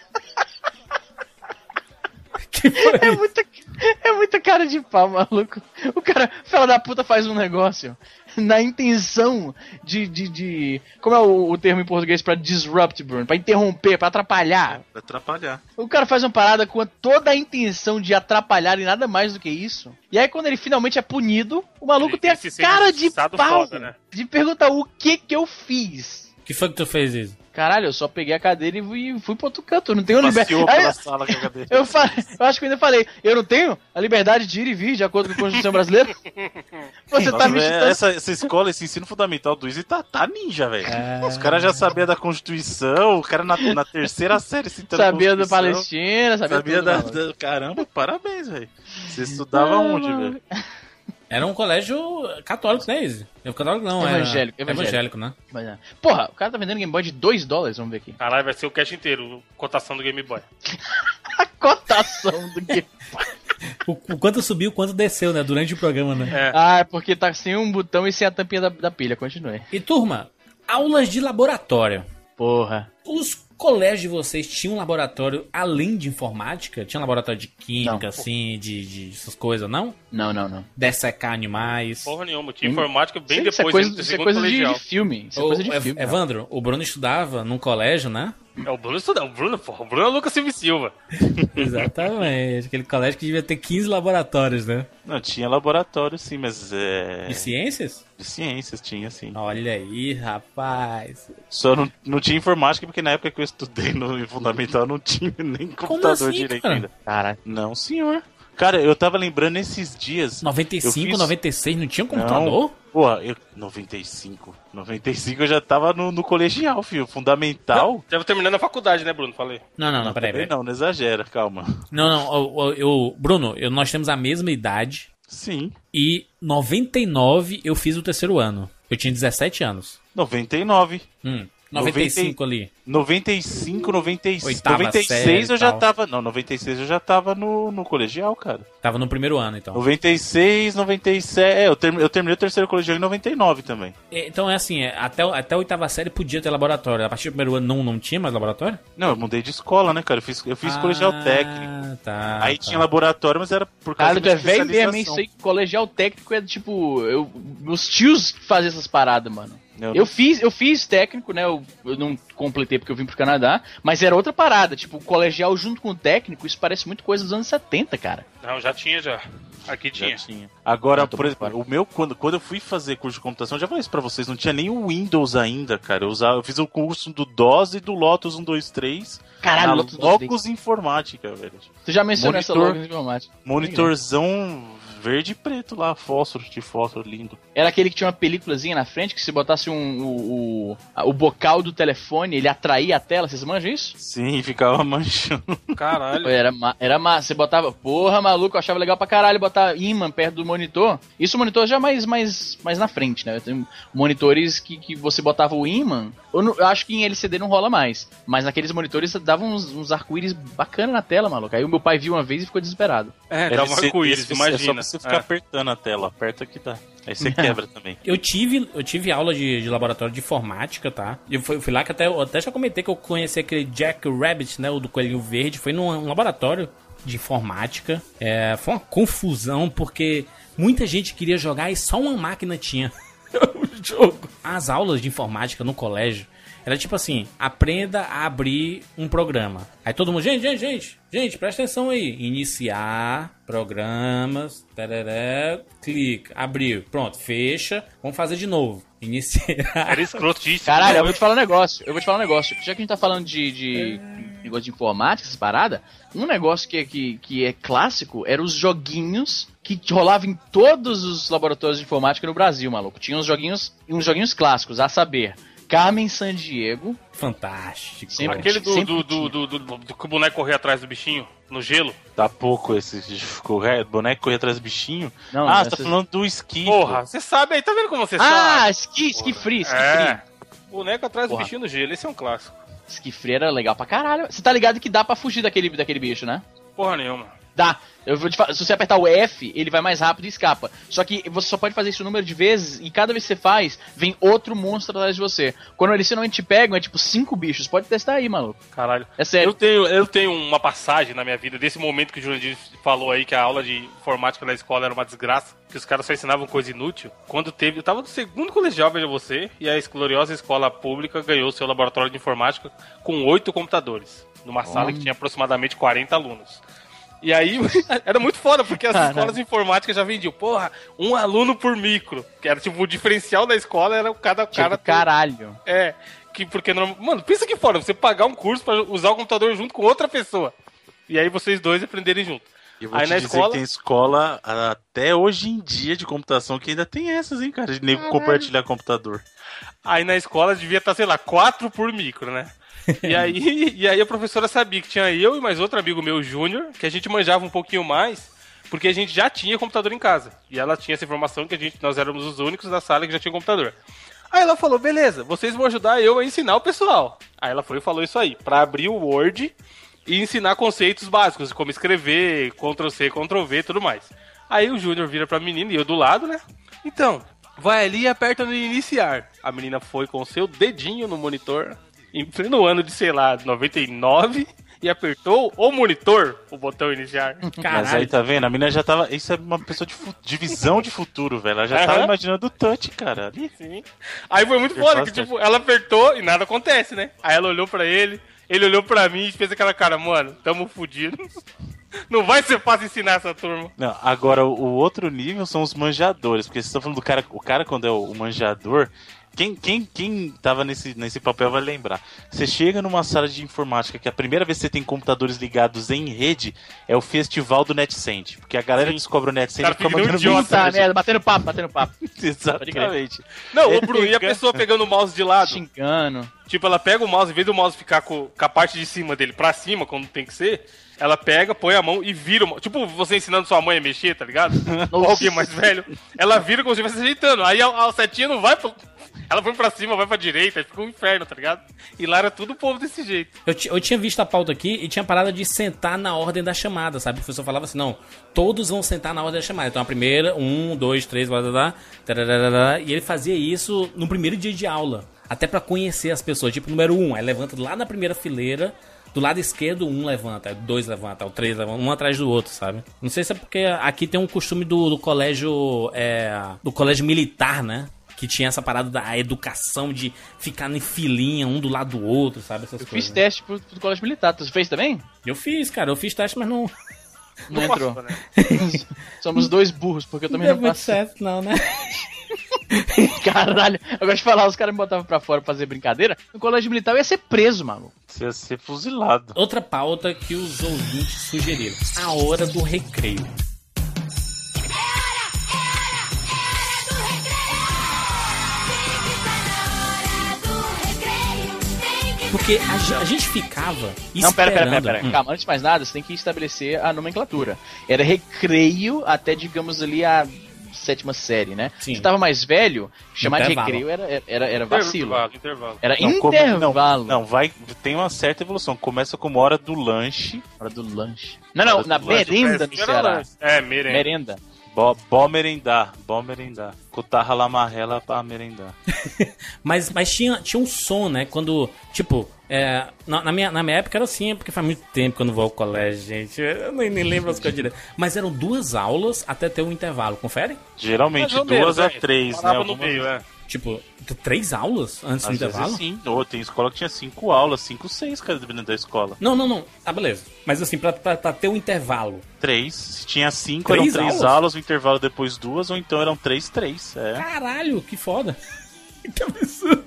Speaker 2: Que foi?
Speaker 1: É muita, é muita cara de pau, maluco. O cara, fala da puta, faz um negócio na intenção de... de, de como é o, o termo em português pra disrupt, Bruno? Pra interromper, pra atrapalhar.
Speaker 4: Pra atrapalhar.
Speaker 1: O cara faz uma parada com toda a intenção de atrapalhar e nada mais do que isso. E aí quando ele finalmente é punido, o maluco
Speaker 3: Ele
Speaker 1: tem a
Speaker 3: se sente
Speaker 1: cara de
Speaker 3: injustiçado
Speaker 1: pau
Speaker 3: foda, né?
Speaker 1: de perguntar o que que eu fiz.
Speaker 2: Que foi que tu fez isso?
Speaker 1: Caralho, eu só peguei a cadeira e fui, fui pro outro canto, eu não tenho liberdade.
Speaker 4: Passeou pela sala com a cadeira.
Speaker 1: Eu, falei, eu acho que eu ainda falei, eu não tenho a liberdade de ir e vir de acordo com a Constituição Brasileira? Você
Speaker 4: Nossa,
Speaker 1: tá me
Speaker 4: velho,
Speaker 1: chutando.
Speaker 4: essa, essa escola, esse ensino fundamental do Easy tá, tá ninja, velho.
Speaker 2: É.
Speaker 4: Os caras já sabiam da Constituição, o cara na, na terceira série citando
Speaker 1: Sabia da
Speaker 4: Constituição,
Speaker 1: Palestina, sabia,
Speaker 4: Sabia
Speaker 1: tudo,
Speaker 4: da,
Speaker 1: maluco.
Speaker 4: da- Caramba, parabéns, velho. Você estudava onde, velho?
Speaker 2: Era um colégio católico, né, Izzy? Eu católico não,
Speaker 1: Evangélico,
Speaker 2: era...
Speaker 1: evangélico.
Speaker 2: evangélico, né?
Speaker 1: Mas, é. Porra, o cara tá vendendo Game Boy de dois dólares, vamos ver aqui.
Speaker 3: Caralho, vai ser o cash inteiro, cotação do Game Boy.
Speaker 1: A cotação do Game Boy.
Speaker 2: O, o quanto subiu, o quanto desceu, né? Durante o programa, né?
Speaker 3: É.
Speaker 1: Ah, é porque tá sem um botão e sem a tampinha da, da pilha, continue.
Speaker 2: E turma, aulas de laboratório.
Speaker 1: Porra.
Speaker 2: Os colégios de vocês tinham um laboratório além de informática? Tinha um laboratório de química,
Speaker 1: Não.
Speaker 2: assim, de, de essas coisas, não?
Speaker 1: Não, não, não.
Speaker 2: Dessecar animais.
Speaker 3: Porra nenhuma, tinha informática bem
Speaker 1: Isso é
Speaker 3: depois
Speaker 1: coisa,
Speaker 3: do
Speaker 1: isso é
Speaker 3: segundo
Speaker 1: coisa de,
Speaker 3: colegial.
Speaker 1: de filme. Isso é
Speaker 2: Ô,
Speaker 1: coisa de
Speaker 2: Ev-
Speaker 1: filme.
Speaker 2: Evandro, o Bruno estudava num colégio, né?
Speaker 3: É o Bruno estudando, o Bruno, porra, o Bruno é o Lucas Silva Silva.
Speaker 2: Exatamente. Aquele colégio que devia ter quinze laboratórios, né?
Speaker 4: Não, tinha laboratório sim, mas é...
Speaker 2: De ciências?
Speaker 4: De ciências tinha sim.
Speaker 2: Olha aí, rapaz.
Speaker 4: Só não, não tinha informática porque na época que eu estudei no fundamental não tinha nem computador
Speaker 2: assim,
Speaker 4: direito
Speaker 2: cara?
Speaker 4: ainda.
Speaker 1: Caralho.
Speaker 4: Não, senhor. Cara, eu tava lembrando esses dias...
Speaker 2: noventa e
Speaker 4: eu
Speaker 2: cinco,
Speaker 4: fiz-
Speaker 2: noventa e seis, não tinha um
Speaker 4: Não,
Speaker 2: computador?
Speaker 4: porra, eu... noventa e cinco. noventa e cinco eu já tava no, no colegial, filho. Fundamental...
Speaker 3: Tava terminando a faculdade, né, Bruno? Falei.
Speaker 2: Não, não, não, peraí,
Speaker 4: Também
Speaker 2: peraí.
Speaker 4: não, não exagera, calma.
Speaker 2: Não, não, eu, eu- Bruno, eu, nós temos a mesma idade
Speaker 4: Sim,
Speaker 2: e noventa e nove eu fiz o terceiro ano. Eu tinha dezessete anos.
Speaker 4: noventa e nove.
Speaker 2: Hum. noventa e cinco ali.
Speaker 4: noventa e cinco, noventa e seis.
Speaker 2: Oitava
Speaker 4: noventa e seis
Speaker 2: série
Speaker 4: eu
Speaker 2: e
Speaker 4: já
Speaker 2: tal.
Speaker 4: tava. Não, noventa e seis eu já tava no, no colegial, cara.
Speaker 2: Tava no primeiro ano, então.
Speaker 4: noventa e seis, noventa e sete. É, eu, term, eu terminei o terceiro colegial em noventa e nove também.
Speaker 2: Então é assim, é, até, até a oitava série podia ter laboratório. A partir do primeiro ano não, não tinha mais laboratório?
Speaker 4: Não, eu mudei de escola, né, cara? Eu fiz, eu fiz
Speaker 2: ah,
Speaker 4: colegial técnico.
Speaker 2: Tá.
Speaker 4: Aí
Speaker 2: tá.
Speaker 4: tinha laboratório, mas era por causa
Speaker 1: Cara, tu
Speaker 4: da
Speaker 1: é velho mesmo, hein?
Speaker 4: especialização.
Speaker 1: Isso aí, colegial técnico é tipo. Eu, meus tios faziam essas paradas, mano.
Speaker 4: Eu,
Speaker 1: Eu fiz, eu fiz técnico, né? Eu, eu não completei porque eu vim pro Canadá, mas era outra parada. Tipo, o colegial junto com o técnico, isso parece muito coisa dos anos setenta, cara.
Speaker 3: Não, já tinha já. Aqui
Speaker 4: já
Speaker 3: tinha.
Speaker 4: tinha. Agora,
Speaker 1: Ah, tô
Speaker 4: por
Speaker 1: por
Speaker 4: exemplo,
Speaker 1: fora.
Speaker 4: o meu, quando, quando eu fui fazer curso de computação, eu já falei isso pra vocês, não tinha nem o Windows ainda, cara. Eu, usava, eu fiz o curso do DOS e do Lotus um dois três.
Speaker 1: Caralho,
Speaker 4: na
Speaker 1: Lotus um dois três.
Speaker 4: Logos Informática, velho.
Speaker 1: Tu já mencionou essa
Speaker 4: Monitor-
Speaker 1: logo de informática.
Speaker 4: Monitorzão verde e preto lá, fósforo, de fósforo lindo.
Speaker 1: Era aquele que tinha uma películazinha na frente, que se botasse um, o, o, a- o bocal do telefone, ele atraía a tela, vocês manjam isso?
Speaker 4: Sim, ficava manchando.
Speaker 3: Caralho.
Speaker 1: Era, ma- era massa, você botava, porra, maluco, eu achava legal pra caralho botar imã perto do monitor. Isso o monitor já mais, mais, mais na frente, né? Tem monitores que, que você botava o imã, eu, não- eu acho que em L C D não rola mais, mas naqueles monitores davam uns, uns arco-íris bacana na tela, maluco. Aí o meu pai viu uma vez e ficou desesperado.
Speaker 3: É, dá um arco-íris,
Speaker 4: Esse-
Speaker 3: imagina.
Speaker 4: É só você ficar
Speaker 3: É.
Speaker 4: apertando a tela, aperta que dá. Aí você quebra também.
Speaker 2: Eu tive, eu tive aula de, de laboratório de informática, tá? Eu fui, fui lá que até, eu até já comentei que eu conheci aquele Jack Rabbit, né? O do Coelhinho Verde. Foi num um laboratório de informática. É, foi uma confusão, porque muita gente queria jogar e só uma máquina tinha o jogo. As aulas de informática no colégio era tipo assim, aprenda a abrir um programa. Aí todo mundo, gente, gente, gente, gente, presta atenção aí. Iniciar, programas, tarará, clica, abriu, pronto, fecha, vamos fazer de novo. Iniciar.
Speaker 3: Era escrotíssimo.
Speaker 1: Caralho, eu vou te falar um negócio. Eu vou te falar um negócio. Já que a gente tá falando de, de negócio de informática, essas paradas, um negócio que, é- que, que é clássico era os joguinhos que rolavam em todos os laboratórios de informática no Brasil, maluco. Tinha uns joguinhos, uns joguinhos clássicos, a saber, Carmen Sandiego.
Speaker 2: Fantástico.
Speaker 1: Sempre.
Speaker 3: Aquele do,
Speaker 1: Sempre
Speaker 3: do,
Speaker 1: tinha.
Speaker 3: do, do, do, do que o boneco corria atrás do bichinho, no gelo.
Speaker 4: Tá pouco esse correr, boneco correr atrás do bichinho.
Speaker 1: Não,
Speaker 4: ah,
Speaker 1: essas-
Speaker 4: você tá falando do esqui.
Speaker 3: Porra, você sabe aí, tá vendo como você
Speaker 1: Ah,
Speaker 3: sabe?
Speaker 1: Ski, Ski Free, Ski
Speaker 3: É.
Speaker 1: Free.
Speaker 3: Boneco atrás do
Speaker 1: Porra.
Speaker 3: bichinho no gelo, esse é um clássico.
Speaker 1: Ski Free era legal pra caralho. Você tá ligado que dá pra fugir daquele, daquele bicho, né?
Speaker 3: Porra nenhuma.
Speaker 1: Dá. Eu vou te falar, se você apertar o F, ele vai mais rápido e escapa. Só que você só pode fazer isso um número de vezes e cada vez que você faz, vem outro monstro atrás de você. Quando eles finalmente te pegam, é tipo cinco bichos. Pode testar aí, maluco.
Speaker 3: Caralho.
Speaker 1: É sério.
Speaker 3: Eu tenho, eu tenho uma passagem na minha vida, desse momento que o Jurandir falou aí que a aula de informática na escola era uma desgraça, que os caras só ensinavam coisa inútil. Quando teve, eu tava no segundo colegial, veja você, e a gloriosa escola pública ganhou seu laboratório de informática com oito computadores, numa sala que tinha aproximadamente quarenta alunos. E aí, era muito foda, porque as
Speaker 1: Caralho.
Speaker 3: escolas de informática já vendiam, porra, um aluno por micro. Que era tipo, o diferencial da escola era o cada cara...
Speaker 1: Tipo, caralho.
Speaker 3: É, que porque... não- Mano, pensa que foda, você pagar um curso pra usar o computador junto com outra pessoa. E aí vocês dois aprenderem junto.
Speaker 4: Eu vou
Speaker 3: Aí
Speaker 4: te
Speaker 3: na
Speaker 4: dizer
Speaker 3: escola-
Speaker 4: que tem escola até hoje em dia de computação que ainda tem essas, hein, cara, de nego compartilhar computador.
Speaker 3: Aí na escola devia estar, sei lá, quatro por micro, né? E aí, e aí a professora sabia que tinha eu e mais outro amigo meu, Júnior, que a gente manjava um pouquinho mais, porque a gente já tinha computador em casa. E ela tinha essa informação que a gente, nós éramos os únicos da sala que já tinha computador. Aí ela falou, beleza, vocês vão ajudar eu a ensinar o pessoal. Aí ela foi e falou isso aí, pra abrir o Word e ensinar conceitos básicos, como escrever, control C, control V e tudo mais. Aí o Júnior vira pra menina e eu do lado, né? Então, vai ali e aperta no iniciar. A menina foi com o seu dedinho no monitor, em pleno ano de, sei lá, noventa e nove, e apertou o monitor, o botão iniciar.
Speaker 4: Mas aí
Speaker 2: Caralho.
Speaker 4: tá vendo? A menina já tava. Isso é uma pessoa de, fu- de visão de futuro, velho. Ela já
Speaker 3: Aham.
Speaker 4: tava imaginando o touch, cara. Ali.
Speaker 3: Sim. Aí foi muito
Speaker 4: Eu
Speaker 3: foda,
Speaker 4: faço
Speaker 3: que tipo, ela apertou e nada acontece, né? Aí ela olhou pra ele, ele olhou pra mim e fez aquela cara, mano, tamo fudido. Não vai ser fácil ensinar essa turma.
Speaker 4: Não, agora o, o outro nível são os manjadores, porque vocês estão falando do cara. O cara, quando é o, o manjador. Quem, quem, quem tava nesse, nesse papel vai lembrar. Você chega numa sala de informática que a primeira vez que você tem computadores ligados em rede é o festival do NetSend. Porque a galera
Speaker 3: Sim.
Speaker 4: descobre o NetSend
Speaker 3: Cara,
Speaker 4: e fica
Speaker 3: fica
Speaker 4: mandando
Speaker 3: idiota,
Speaker 1: Puta
Speaker 4: mensagem.
Speaker 1: merda, batendo papo, batendo papo.
Speaker 4: Exatamente.
Speaker 3: Não,
Speaker 4: É
Speaker 3: o Bruno, e a
Speaker 4: pega-
Speaker 3: pessoa pegando o mouse de lado?
Speaker 1: Xingando.
Speaker 3: Tipo, ela pega o mouse, em vez do mouse ficar com, com a parte de cima dele pra cima, como tem que ser, ela pega, põe a mão e vira o mouse. Tipo, você ensinando sua mãe a mexer, tá ligado? Ou alguém mais velho. Ela vira como se estivesse ajeitando. Aí a, a setinha não vai pro... Ela foi pra cima, vai pra direita, aí fica um inferno, tá ligado? E lá era tudo o povo desse jeito.
Speaker 2: Eu, t- eu tinha visto a pauta aqui e tinha parada de sentar na ordem da chamada, sabe? O professor falava assim, não, todos vão sentar na ordem da chamada. Então a primeira, um, dois, três, blá, blá, blá, tararara, e ele fazia isso no primeiro dia de aula. Até pra conhecer as pessoas. Tipo, número um, aí levanta lá na primeira fileira, do lado esquerdo, um levanta, dois levanta, o três levanta, um atrás do outro, sabe? Não sei se é porque aqui tem um costume do, do colégio, é, do colégio militar, né? Que tinha essa parada da educação de ficar em filinha, um do lado do outro, sabe? Essas
Speaker 1: eu
Speaker 2: coisas.
Speaker 1: fiz teste pro, pro colégio militar. Tu fez também?
Speaker 2: Eu fiz, cara. Eu fiz teste, mas não...
Speaker 1: Não, não entrou.
Speaker 3: Passou, né?
Speaker 1: Somos dois burros, porque eu também
Speaker 2: Não
Speaker 1: não,
Speaker 2: deu muito
Speaker 1: passei.
Speaker 2: certo, não, né?
Speaker 1: Caralho, eu gosto de falar, os caras me botavam pra fora pra fazer brincadeira. No colégio militar eu ia ser preso, maluco.
Speaker 4: Você ia ser fuzilado.
Speaker 2: Outra pauta que os ouvintes sugeriram. A hora do recreio. Porque a, ge- a gente ficava esperando...
Speaker 1: Não, pera, pera, pera, pera.
Speaker 2: Hum.
Speaker 1: Calma, antes de mais nada, você tem que estabelecer a nomenclatura. Era recreio até, digamos ali, a sétima série, né?
Speaker 2: Sim.
Speaker 1: Você tava mais velho, chamar
Speaker 2: Intervalo.
Speaker 1: de recreio era, era, era vacilo.
Speaker 3: Intervalo, intervalo.
Speaker 1: Era
Speaker 4: Não, come-
Speaker 1: intervalo.
Speaker 4: Não, não, vai. Tem uma certa evolução. Começa como hora do lanche.
Speaker 1: Hora do lanche. Não, não,
Speaker 4: Hora do
Speaker 1: na
Speaker 4: lanche,
Speaker 1: merenda no
Speaker 3: Era
Speaker 1: Ceará.
Speaker 3: lanche. É, merenda.
Speaker 1: Merenda.
Speaker 4: Bó, bó merendar, bó merendar. Cotarra lá marrela pra merendar.
Speaker 2: Mas, mas tinha, tinha um som, né? Quando, tipo, é, na, na minha, na minha época era assim, porque faz muito tempo que eu não vou ao colégio, gente. Eu nem, nem lembro as coisas direito. Mas eram duas aulas até ter um intervalo, confere?
Speaker 4: Geralmente
Speaker 3: Mais ou
Speaker 4: duas
Speaker 3: menos,
Speaker 4: a
Speaker 3: é.
Speaker 4: três, né?
Speaker 3: Parava no
Speaker 4: Algumas-
Speaker 3: meio, é.
Speaker 2: Tipo, t- três aulas antes do
Speaker 4: Às vezes
Speaker 2: intervalo?
Speaker 4: sim. Ou tem escola que tinha cinco aulas, cinco, seis, cara, dependendo da escola.
Speaker 2: Não, não, não. Tá, beleza. Mas assim, pra, pra, pra ter um intervalo.
Speaker 4: Três. Se tinha cinco,
Speaker 2: Três
Speaker 4: eram três
Speaker 2: aulas?
Speaker 4: aulas, o intervalo depois duas, ou então eram três, três. É.
Speaker 2: Caralho, que foda. Que absurdo.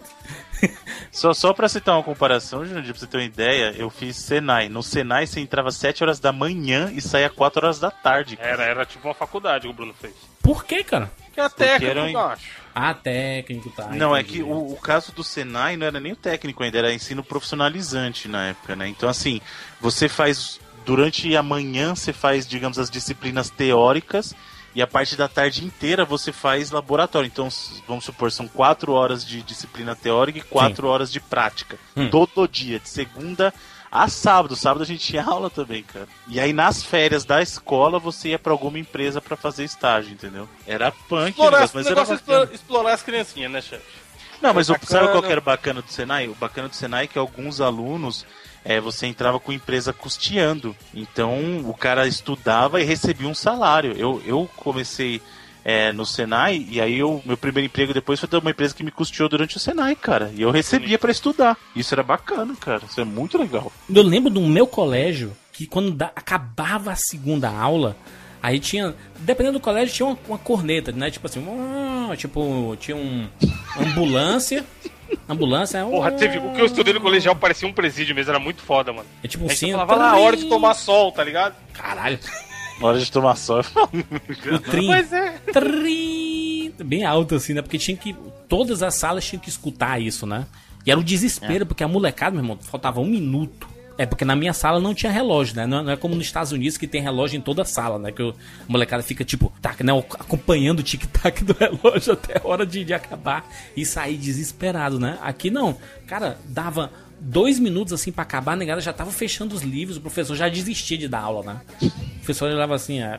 Speaker 4: Só, só pra citar uma comparação, Júnior, pra você ter uma ideia, eu fiz Senai. No Senai você entrava sete horas da manhã e saía quatro horas da tarde. Cara.
Speaker 3: Era, era tipo uma faculdade que o Bruno fez.
Speaker 2: Por que, cara?
Speaker 3: Que é a técnica,
Speaker 4: era em-
Speaker 3: eu acho.
Speaker 2: Ah, técnico, tá.
Speaker 4: Não, é
Speaker 2: entendi.
Speaker 4: que o, o caso do Senai não era nem o técnico ainda, era ensino profissionalizante na época, né? Então, assim, você faz, durante a manhã, você faz, digamos, as disciplinas teóricas e a parte da tarde inteira você faz laboratório. Então, s- vamos supor, são quatro horas de disciplina teórica e quatro horas de prática.
Speaker 2: Hum.
Speaker 4: Todo dia, de segunda a sábado. Sábado a gente tinha aula também, cara. E aí, nas férias da escola, você ia pra alguma empresa pra fazer estágio, entendeu? Era punk,
Speaker 3: Explorar,
Speaker 4: negócio, mas
Speaker 3: o
Speaker 4: era
Speaker 3: negócio é
Speaker 4: bacana.
Speaker 3: explorar, explorar as criancinhas, né, chefe?
Speaker 4: Não, mas o,
Speaker 3: Bacana.
Speaker 4: sabe qual que era o bacana do Senai? O bacana do Senai é que alguns alunos, é, você entrava com a empresa custeando. Então, o cara estudava e recebia um salário. Eu, eu comecei é, no Senai, e aí o meu primeiro emprego depois foi de uma empresa que me custeou durante o Senai, cara. E eu recebia pra estudar. Isso era bacana, cara. Isso é muito legal.
Speaker 2: Eu lembro do meu colégio que quando da- acabava a segunda aula, aí tinha, dependendo do colégio, tinha uma, uma corneta, né? Tipo assim, uau, tipo, tinha um uma ambulância. Ambulância,
Speaker 3: Porra, teve, o que eu estudei no colegial parecia um presídio mesmo, era muito foda, mano.
Speaker 2: é tipo um
Speaker 3: Aí você
Speaker 2: sino.
Speaker 3: falava lá, a hora de tomar sol, tá ligado?
Speaker 2: Caralho.
Speaker 4: Na hora de tomar sol.
Speaker 2: O trim.
Speaker 3: Pois é.
Speaker 2: Trim. Bem alto assim, né? Porque tinha que todas as salas tinham que escutar isso, né? E era o desespero, porque a molecada, meu irmão, faltava um minuto. É, porque na minha sala não tinha relógio, né? Não, não é como nos Estados Unidos que tem relógio em toda a sala, né? Que o, a molecada fica, tipo, tá, né? Acompanhando o tic-tac do relógio até a hora de, de acabar e sair desesperado, né? Aqui não. Cara, dava dois minutos assim pra acabar, a negada já tava fechando os livros, o professor já desistia de dar aula, né? O professor olhava assim, é...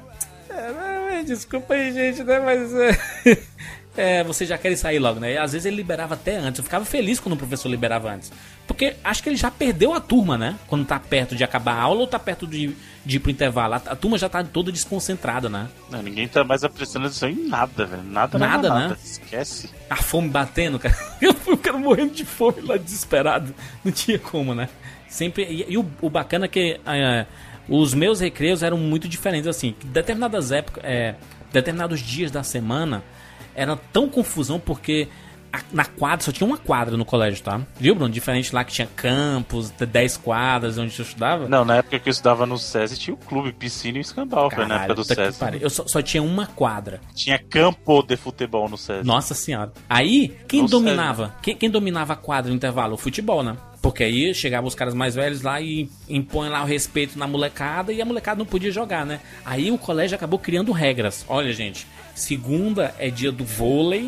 Speaker 2: é desculpa aí, gente, né? Mas... É... É, vocês já querem sair logo, né? E às vezes ele liberava até antes. Eu ficava feliz quando o professor liberava antes. Porque acho que ele já perdeu a turma, né? Quando tá perto de acabar a aula ou tá perto de, de ir pro intervalo. A, a turma já tá toda desconcentrada, né?
Speaker 4: Não, ninguém tá mais prestando atenção em nada, velho. Nada,
Speaker 2: Nada,
Speaker 4: nada,
Speaker 2: né?
Speaker 4: nada. Esquece.
Speaker 2: A fome batendo, cara. Eu fui cara morrendo de fome lá, desesperado. Não tinha como, né? Sempre. E, e o, o bacana é que é, os meus recreios eram muito diferentes, assim. Determinadas épocas, é, determinados dias da semana era tão confusão porque a, na quadra só tinha uma quadra no colégio, tá? Viu, Bruno? Diferente lá que tinha campos, dez quadras onde eu estudava.
Speaker 4: Não, na época que eu estudava no SESI tinha o clube, piscina e o escambau, foi na época do
Speaker 2: puta que
Speaker 4: SESI.
Speaker 2: pariu. Eu só, só tinha uma quadra.
Speaker 4: Tinha campo de futebol no SESI.
Speaker 2: Nossa senhora. Aí, quem
Speaker 4: Não
Speaker 2: dominava? Quem, quem dominava a quadra no intervalo? O futebol, né? Porque aí chegavam os caras mais velhos lá e impõem lá o respeito na molecada e a molecada não podia jogar, né? Aí o colégio acabou criando regras. Olha, gente, segunda é dia do vôlei,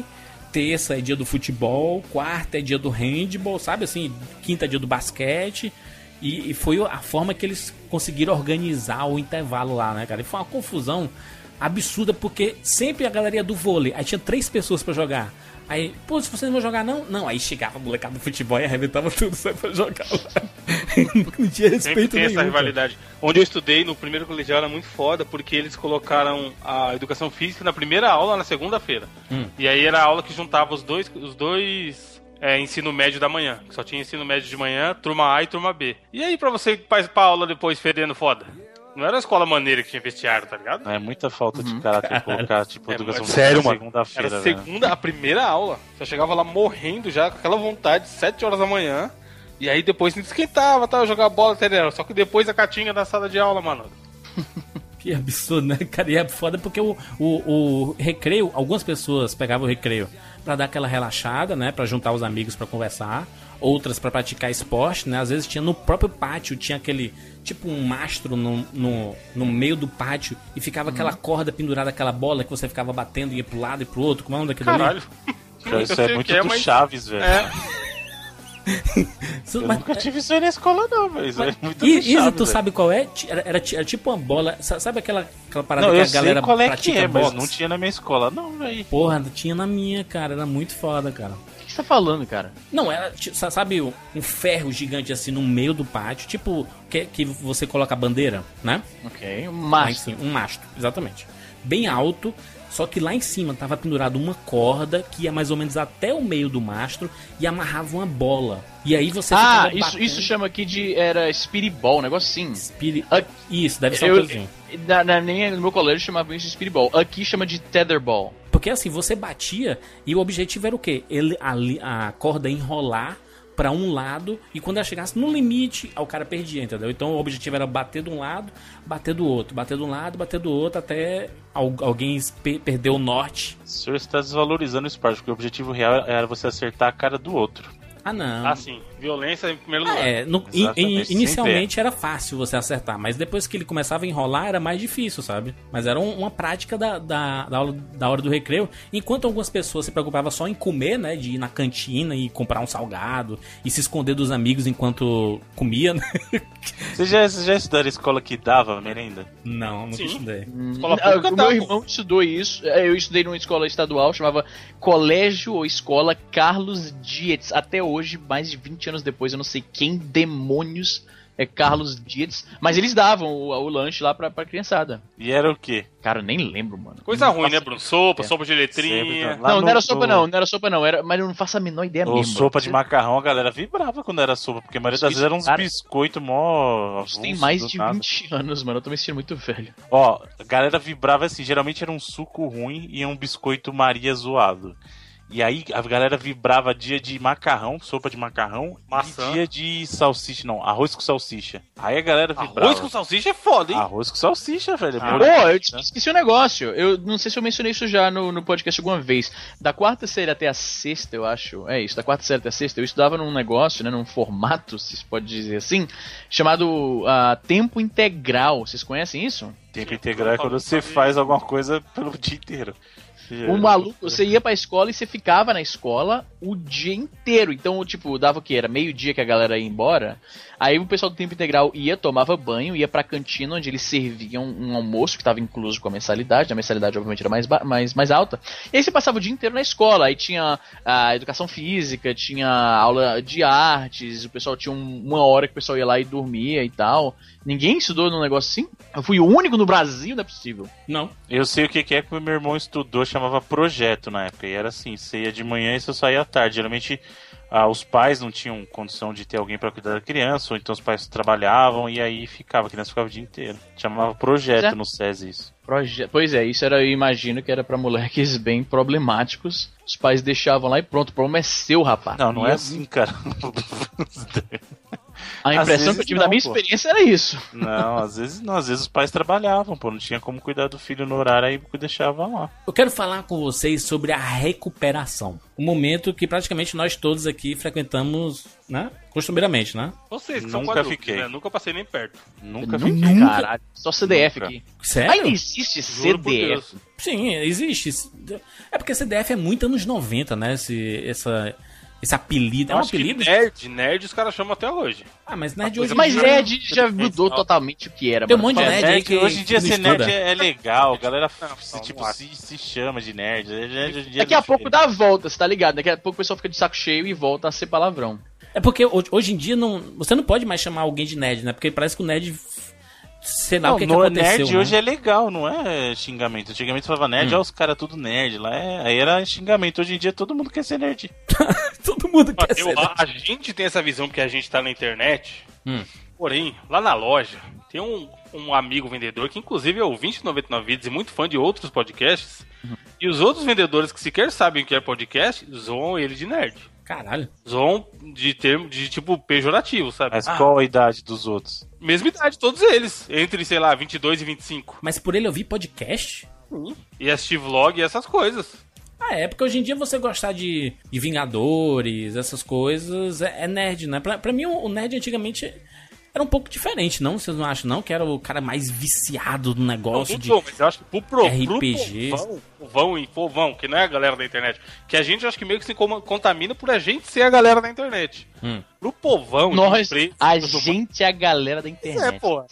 Speaker 2: terça é dia do futebol, quarta é dia do handball, sabe assim, quinta é dia do basquete. E, e foi a forma que eles conseguiram organizar o intervalo lá, né, cara? E foi uma confusão absurda, porque sempre a galera ia do vôlei, aí tinha três pessoas pra jogar. Aí, pô, se vocês não vão jogar, não? Não, aí chegava a molecada do futebol e arrebentava tudo só pra jogar lá. Não tinha respeito
Speaker 3: Sempre tem
Speaker 2: nenhum,
Speaker 3: essa rivalidade. Cara. Onde eu estudei, no primeiro colegial, era muito foda, porque eles colocaram a educação física na primeira aula, na segunda-feira. Hum. E aí era a aula que juntava os dois, os dois é, ensino médio da manhã. Só tinha ensino médio de manhã, turma A e turma B. E aí, pra você participar da aula depois fedendo foda? Não era a escola maneira que tinha vestiário, tá ligado?
Speaker 4: É muita falta de caráter colocar, tipo,
Speaker 3: é,
Speaker 4: educação
Speaker 3: sério,
Speaker 4: na
Speaker 3: mano.
Speaker 4: segunda-feira.
Speaker 3: Era segunda, a primeira aula. Você chegava lá morrendo já, com aquela vontade, sete horas da manhã. E aí depois não esquentava, tá? Jogar bola, entendeu? Só que depois a catinha da sala de aula, mano.
Speaker 2: Que absurdo, né, cara? E é foda porque o, o, o recreio, algumas pessoas pegavam o recreio pra dar aquela relaxada, né? Pra juntar os amigos pra conversar. Outras pra praticar esporte, né? Às vezes tinha no próprio pátio, tinha aquele, tipo um mastro no, no, no meio do pátio e ficava uhum. aquela corda pendurada, aquela bola que você ficava batendo e ia pro lado e pro outro. Como é o nome daquilo ali?
Speaker 3: Caralho.
Speaker 4: Cara, isso é muito é, do mas... Chaves, velho. É. Eu mas, nunca tive isso aí na escola, não, velho. Isso é muito
Speaker 2: e,
Speaker 4: do Chaves,
Speaker 2: Isa, tu
Speaker 4: véio.
Speaker 2: sabe qual é? Era, era, era tipo uma bola. Sabe aquela, aquela parada
Speaker 4: não,
Speaker 2: que a
Speaker 4: eu
Speaker 2: galera
Speaker 4: sei qual é
Speaker 2: pratica
Speaker 4: que é,
Speaker 2: boxe?
Speaker 4: mas não tinha na minha escola, não, velho.
Speaker 2: Porra, tinha na minha, cara. Era muito foda, cara.
Speaker 1: O que você tá falando, cara?
Speaker 2: Não, era, sabe, um ferro gigante assim no meio do pátio, tipo que, que você coloca a bandeira, né?
Speaker 1: Ok, um mastro.
Speaker 2: Um mastro, exatamente. Bem alto, só que lá em cima tava pendurado uma corda que ia mais ou menos até o meio do mastro e amarrava uma bola. E aí você
Speaker 1: Ah, isso, isso chama aqui de... Era Speedball, um negócio assim.
Speaker 2: Speed... Uh, isso, deve ser
Speaker 1: eu,
Speaker 2: uma coisinha.
Speaker 1: Na, na, nem no meu colégio chamava isso de Speedball. Aqui chama de Tetherball.
Speaker 2: Porque assim, você batia e o objetivo era o quê? Ele, a, a corda enrolar pra um lado e quando ela chegasse no limite, o cara perdia, entendeu? Então o objetivo era bater de um lado, bater do outro, bater de um lado, bater do outro, até alguém pe- perder o norte.
Speaker 4: O senhor está desvalorizando o esporte, porque o objetivo real era você acertar a cara do outro.
Speaker 2: Ah, não.
Speaker 3: Ah, sim. Violência em primeiro lugar.
Speaker 2: É, no, in, in, inicialmente era fácil você acertar, mas depois que ele começava a enrolar era mais difícil, sabe? Mas era um, uma prática da, da, da, aula, da hora do recreio, enquanto algumas pessoas se preocupavam só em comer, né? De ir na cantina e comprar um salgado e se esconder dos amigos enquanto comia, né?
Speaker 4: Você já, você já estudou na escola que dava merenda?
Speaker 2: Não, nunca
Speaker 3: Sim.
Speaker 2: estudei.
Speaker 1: Hum, escola pública, meu irmão estudou isso. Eu estudei numa escola estadual, chamava Colégio ou Escola Carlos Dietz. Até hoje, mais de vinte anos depois, eu não sei quem demônios é Carlos Dietz, mas eles davam o, o lanche lá pra, pra criançada.
Speaker 4: E era o quê?
Speaker 1: Cara, eu nem lembro, mano.
Speaker 3: Coisa
Speaker 1: não
Speaker 3: ruim,
Speaker 1: faço...
Speaker 3: né, Bruno? Sopa, é. sopa de letrinha.
Speaker 1: Não, não, não era sopa não, não era sopa não, era, mas eu não faço a menor ideia
Speaker 4: Ou
Speaker 1: mesmo.
Speaker 4: sopa de macarrão, a galera vibrava quando era sopa, porque a maioria das vezes eram uns cara, biscoitos mó...
Speaker 1: Isso tem mais de nada. vinte anos, mano, eu tô me sentindo muito velho.
Speaker 4: Ó, a galera vibrava assim, geralmente era um suco ruim e um biscoito Maria zoado. E aí a galera vibrava dia de macarrão, sopa de macarrão,
Speaker 3: maçã.
Speaker 4: E dia de salsicha, não, arroz com salsicha. Aí a galera vibrava.
Speaker 3: Arroz com salsicha é foda, hein?
Speaker 4: Arroz com salsicha, velho.
Speaker 1: Ah, oh, eu te, esqueci um negócio. Eu não sei se eu mencionei isso já no, no podcast alguma vez. Da quarta série até a sexta, eu acho. É isso, da quarta série até a sexta, eu estudava num negócio, né, num formato, se pode dizer assim, chamado uh, Tempo Integral. Vocês conhecem isso?
Speaker 4: Tempo Integral é quando você faz alguma coisa pelo dia inteiro.
Speaker 1: O maluco, você ia pra escola e você ficava na escola o dia inteiro. Então, tipo, dava o quê? Era meio-dia que a galera ia embora. Aí o pessoal do Tempo Integral ia, tomava banho, ia pra cantina onde eles serviam um almoço que estava incluso com a mensalidade. A mensalidade, obviamente, era mais, mais, mais alta. E aí você passava o dia inteiro na escola. Aí tinha a educação física, tinha aula de artes. O pessoal tinha um, uma hora que o pessoal ia lá e dormia e tal. Ninguém estudou num negócio assim? Eu fui o único no Brasil, não é possível.
Speaker 2: Não.
Speaker 4: Eu sei o que é que o meu irmão estudou, chamava projeto na época. E era assim, você ia de manhã e você saía à tarde. Geralmente ah, os pais não tinham condição de ter alguém para cuidar da criança, ou então os pais trabalhavam e aí ficava, a criança ficava o dia inteiro. Chamava projeto é. no SESI isso.
Speaker 1: Proje... Pois é, isso era, eu imagino que era pra moleques bem problemáticos. Os pais deixavam lá e pronto, o problema é seu, rapaz.
Speaker 4: Não, não
Speaker 1: e
Speaker 4: é
Speaker 1: eu...
Speaker 4: assim, cara.
Speaker 1: A impressão que eu tive
Speaker 4: não,
Speaker 1: da minha
Speaker 4: pô.
Speaker 1: experiência era isso.
Speaker 4: Não, às vezes não, às vezes os pais trabalhavam, pô, não tinha como cuidar do filho no horário, aí deixava lá.
Speaker 2: Eu quero falar com vocês sobre a recuperação. Um momento que praticamente nós todos aqui frequentamos, né? Costumeiramente, né?
Speaker 3: Vocês que são
Speaker 4: Nunca
Speaker 3: quadrúpedes,
Speaker 4: fiquei.
Speaker 3: né? Nunca passei nem perto.
Speaker 4: Nunca
Speaker 1: Nunca,
Speaker 4: fiquei.
Speaker 1: Caralho, só C D F
Speaker 4: Nunca.
Speaker 1: aqui.
Speaker 2: Sério?
Speaker 1: Ainda existe
Speaker 3: Juro por
Speaker 1: C D F.
Speaker 3: Deus.
Speaker 2: Sim, existe. É porque C D F é muito anos noventa, né? Esse, essa, esse apelido. É um
Speaker 3: Acho que
Speaker 2: apelido?
Speaker 3: nerd, nerd os caras chamam até hoje.
Speaker 2: Ah, mas nerd hoje em
Speaker 1: Mas
Speaker 2: dia-
Speaker 1: nerd já mudou totalmente o que era.
Speaker 2: Tem um
Speaker 1: mano.
Speaker 2: monte de
Speaker 1: Fala-
Speaker 2: nerd aí
Speaker 4: Nerd,
Speaker 2: que-
Speaker 4: hoje em dia
Speaker 2: que não
Speaker 4: ser nerd
Speaker 2: estuda.
Speaker 4: é, é legal, a galera
Speaker 3: Não,
Speaker 4: se,
Speaker 3: não,
Speaker 4: tipo,
Speaker 3: não
Speaker 4: se, se chama de nerd. Nerd hoje em dia
Speaker 1: Daqui
Speaker 4: é
Speaker 1: a pouco
Speaker 4: diferente.
Speaker 1: dá a volta, você tá ligado? Daqui a pouco o pessoal fica de saco cheio e volta a ser palavrão.
Speaker 2: É porque ho- hoje em dia não, você não pode mais chamar alguém de nerd, né? Porque parece que o nerd. Sei lá
Speaker 4: Não,
Speaker 2: o que, que
Speaker 4: no
Speaker 2: aconteceu.
Speaker 4: nerd
Speaker 2: né?
Speaker 4: hoje é legal, não é xingamento. Antigamente falava nerd,
Speaker 2: Hum.
Speaker 4: ó, os caras tudo nerd. Lá é, aí era xingamento. Hoje em dia todo mundo quer ser nerd.
Speaker 2: Todo mundo quer
Speaker 3: Eu-
Speaker 2: ser.
Speaker 3: a, a gente tem essa visão porque a gente tá na internet.
Speaker 2: Hum.
Speaker 3: Porém, lá na loja, tem um, um amigo vendedor que inclusive é ouvinte do noventa e nove Vidas e muito fã de outros podcasts. E os outros vendedores que sequer sabem o que é podcast, zoam ele de nerd.
Speaker 2: Caralho.
Speaker 3: Zoam de termo, de tipo pejorativo, sabe?
Speaker 4: Mas
Speaker 3: Ah,
Speaker 4: qual a idade dos outros?
Speaker 3: mesma idade, todos eles. Entre, sei lá, vinte e dois e vinte e cinco.
Speaker 2: Mas por ele ouvir podcast?
Speaker 3: E assistir vlog e essas coisas.
Speaker 2: Ah, é porque hoje em dia você gostar de, de Vingadores, essas coisas, é, é nerd, né? Pra, pra mim, o, o nerd antigamente era um pouco diferente, não? Vocês não acham, não? Que era o cara mais viciado no negócio
Speaker 3: Não,
Speaker 2: de...
Speaker 3: não, mas eu acho que pro, pro,
Speaker 2: R P Gs.
Speaker 3: pro povão, povão e povão, que não é a galera da internet, que a gente acho que meio que se com- contamina por a gente ser a galera da internet.
Speaker 2: Hum.
Speaker 3: Pro povão, de
Speaker 1: Nós,
Speaker 3: empresa,
Speaker 1: a
Speaker 3: tudo
Speaker 1: gente é a galera da internet.
Speaker 3: É, pô.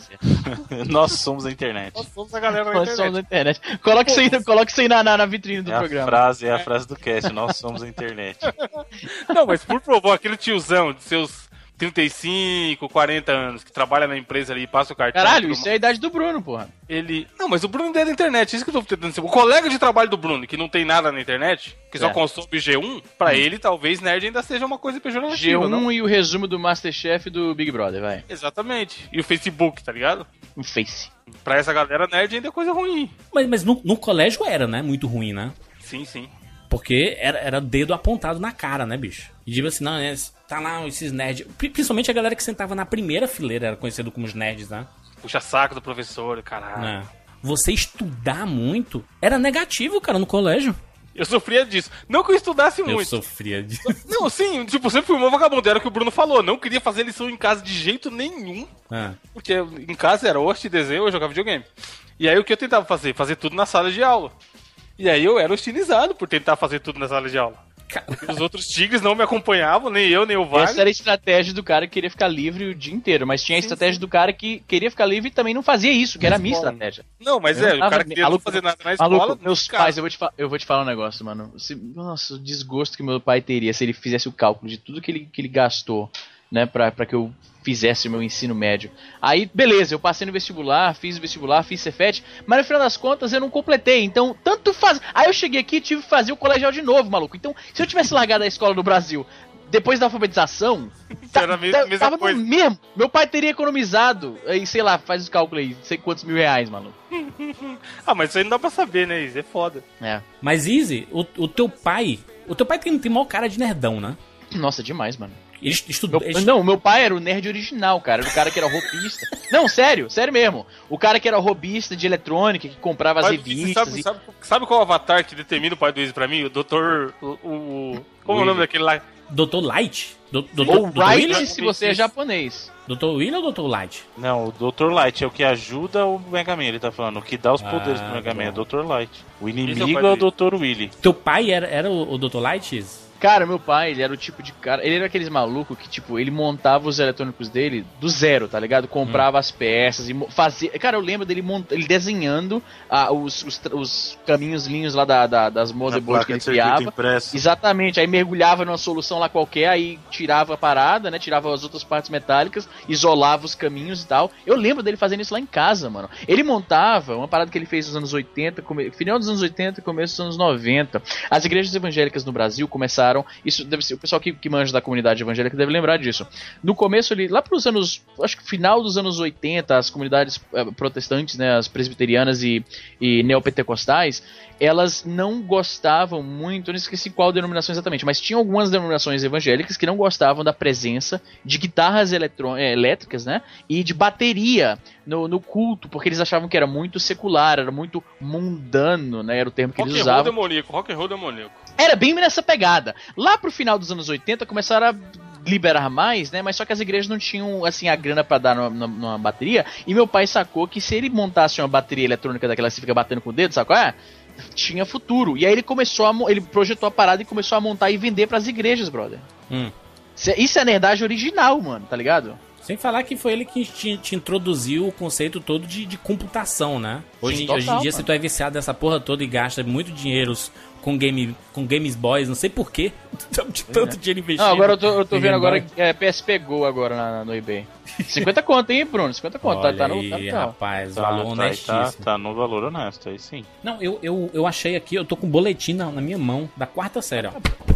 Speaker 4: Nós somos a internet.
Speaker 3: Nós somos a galera da
Speaker 1: Nós
Speaker 3: internet.
Speaker 1: somos da internet. Coloque isso aí, coloque isso aí na, na, na vitrine do
Speaker 4: É a
Speaker 1: programa.
Speaker 4: frase, é a frase do cast. Nós somos a internet.
Speaker 3: Não, mas por povão, aquele tiozão de seus trinta e cinco, quarenta anos, que trabalha na empresa ali e passa o cartão.
Speaker 1: Caralho,
Speaker 3: pro-
Speaker 1: isso é a idade do Bruno, porra.
Speaker 3: Ele. Não, mas o Bruno é da internet, isso que eu tô tentando dizer. O colega de trabalho do Bruno, que não tem nada na internet, que só
Speaker 1: É.
Speaker 3: consome G um, pra ele talvez nerd ainda seja uma coisa pejorativa.
Speaker 1: G um
Speaker 3: não?
Speaker 1: e o resumo do Masterchef do Big Brother, vai.
Speaker 3: Exatamente. E o Facebook, tá ligado?
Speaker 1: Um Face.
Speaker 3: Pra essa galera, nerd ainda é coisa ruim.
Speaker 2: Mas, mas no, no colégio era, né? Muito ruim, né?
Speaker 3: Sim, sim.
Speaker 2: Porque era, era dedo apontado na cara, né, bicho? E tipo assim, não, é, tá lá esses nerds. Pri- Principalmente a galera que sentava na primeira fileira era conhecido como os nerds, né?
Speaker 3: Puxa saco do professor, caralho.
Speaker 2: É. Você estudar muito era negativo, cara, no colégio.
Speaker 3: Eu sofria disso. Não que eu estudasse
Speaker 2: Eu
Speaker 3: muito.
Speaker 2: sofria de.
Speaker 3: Não, sim, tipo, sempre fui um vagabundo. Era o que o Bruno falou. Não queria fazer lição em casa de jeito nenhum.
Speaker 2: Ah.
Speaker 3: Porque em casa era ou assistir desenho ou jogar videogame. E aí o que eu tentava fazer? Fazer tudo na sala de aula. E aí eu era hostilizado por tentar fazer tudo na sala de aula. Porque os outros tigres não me acompanhavam, nem eu, nem o Wagner.
Speaker 1: Essa era a estratégia do cara que queria ficar livre o dia inteiro, mas tinha a estratégia do cara que queria ficar livre e também não fazia isso, que era a minha estratégia.
Speaker 3: Não, mas
Speaker 1: Eu
Speaker 3: é,
Speaker 1: não
Speaker 3: o
Speaker 1: tava-
Speaker 3: cara que queria não
Speaker 1: maluco,
Speaker 3: fazer nada na escola.
Speaker 1: Maluco, meus
Speaker 3: cara,
Speaker 1: pais, eu vou, te fa- eu vou te falar um negócio, mano. Se- nossa, o desgosto que meu pai teria se ele fizesse o cálculo de tudo que ele, que ele gastou, né, pra, pra que eu fizesse o meu ensino médio. Aí, beleza, eu passei no vestibular, fiz o vestibular, fiz Cefet, mas no final das contas eu não completei, então tanto faz... Aí eu cheguei aqui e tive que fazer o colegial de novo, maluco. Então, se eu tivesse largado a escola no Brasil depois da alfabetização, tá,
Speaker 3: Era a mesma-
Speaker 1: tá-
Speaker 3: mesma
Speaker 1: tava
Speaker 3: coisa.
Speaker 1: no mesmo. Meu pai teria economizado, aí, sei lá, faz os cálculos aí, sei quantos mil reais, maluco.
Speaker 3: Ah, mas isso aí não dá pra saber, né, Isso é foda.
Speaker 1: É.
Speaker 2: Mas, Easy, o, o teu pai. O teu pai tem, tem maior cara de nerdão, né?
Speaker 1: Nossa, demais, mano.
Speaker 2: Ele estudou.
Speaker 1: Meu- não, meu pai era o nerd original, cara. Era o cara que era robista. Não, sério, sério mesmo. O cara que era robista de eletrônica, que comprava as
Speaker 3: Mas, você
Speaker 1: revistas.
Speaker 3: sabe,
Speaker 1: e-
Speaker 3: sabe, sabe qual avatar que determina o pai do Izzy pra mim? O doutor... O, o- como é o nome daquele lá?
Speaker 2: doutor Light? Do, do,
Speaker 1: Ou
Speaker 2: doutor
Speaker 1: Wright
Speaker 2: William?
Speaker 1: se você é japonês.
Speaker 2: doutor William ou doutor Light?
Speaker 4: Não, o doutor Light é o que ajuda o Mega Man, ele tá falando. O que dá os
Speaker 2: Ah,
Speaker 4: poderes pro Mega Man é o
Speaker 2: bom.
Speaker 4: doutor Light. O
Speaker 3: Esse é o
Speaker 4: inimigo
Speaker 3: pai
Speaker 4: é o
Speaker 3: dele.
Speaker 4: doutor Willy.
Speaker 2: Teu pai era, era o, o doutor Light, Izzy?
Speaker 1: Cara, meu pai, ele era o tipo de cara. Ele era aqueles malucos que, tipo, ele montava os eletrônicos dele do zero, tá ligado? Comprava as peças e mo- fazia. Cara, eu lembro dele mont... ele desenhando ah, os, os, tra- os caminhos linhos lá da, da- das
Speaker 4: Na
Speaker 1: motherboards que
Speaker 4: placa
Speaker 1: ele
Speaker 4: de circuito
Speaker 1: criava.
Speaker 4: impresso.
Speaker 1: Exatamente, aí mergulhava numa solução lá qualquer, aí tirava a parada, né? Tirava as outras partes metálicas, isolava os caminhos e tal. Eu lembro dele fazendo isso lá em casa, mano. Ele montava uma parada que ele fez nos anos oitenta, come... final dos anos oitenta e começo dos anos noventa. As igrejas evangélicas no Brasil começaram começaram, isso deve ser, o pessoal que, que manja da comunidade evangélica deve lembrar disso. No começo ali, lá pros anos, acho que final dos anos oitenta, as comunidades uh, protestantes, né, as presbiterianas e, e neopentecostais, elas não gostavam muito, eu não esqueci qual denominação exatamente, mas tinha algumas denominações evangélicas que não gostavam da presença de guitarras eletro- é, elétricas, né, e de bateria no, no culto, porque eles achavam que era muito secular, era muito mundano, né, era o termo que
Speaker 3: rock
Speaker 1: eles usavam.
Speaker 3: Rock and roll demoníaco, rock and roll demoníaco.
Speaker 1: Era bem nessa pegada. Lá pro final dos anos oitenta começaram a liberar mais, né? Mas só que as igrejas não tinham, assim, a grana pra dar numa, numa bateria. E meu pai sacou que se ele montasse uma bateria eletrônica daquela que você fica batendo com o dedo, sabe qual é? Tinha futuro. E aí ele começou a... Ele projetou a parada e começou a montar e vender pras igrejas, brother.
Speaker 2: Hum.
Speaker 1: Isso é nerdagem original, mano, tá ligado?
Speaker 2: Sem falar que foi ele que te, te introduziu o conceito todo de, de computação, né? Hoje,
Speaker 1: Sim,
Speaker 2: hoje
Speaker 1: total,
Speaker 2: em dia,
Speaker 1: mano.
Speaker 2: se tu é viciado dessa porra toda e gasta muito dinheiro com, game, com Games Boys, não sei porquê, de tanto é. dinheiro investido.
Speaker 1: Não, agora eu tô, eu tô vendo agora
Speaker 2: Boy.
Speaker 1: é, P S P Go agora na, no eBay. cinquenta conto, hein, Bruno? cinquenta conto.
Speaker 2: Olha
Speaker 1: tá, tá no
Speaker 2: aí,
Speaker 1: tá,
Speaker 2: rapaz,
Speaker 4: Tá,
Speaker 2: valor
Speaker 4: tá,
Speaker 2: honestíssimo.
Speaker 4: tá, tá no valor honesto, aí sim.
Speaker 2: Não, eu, eu, eu achei aqui, eu tô com um boletim na, na minha mão, da quarta série, ó.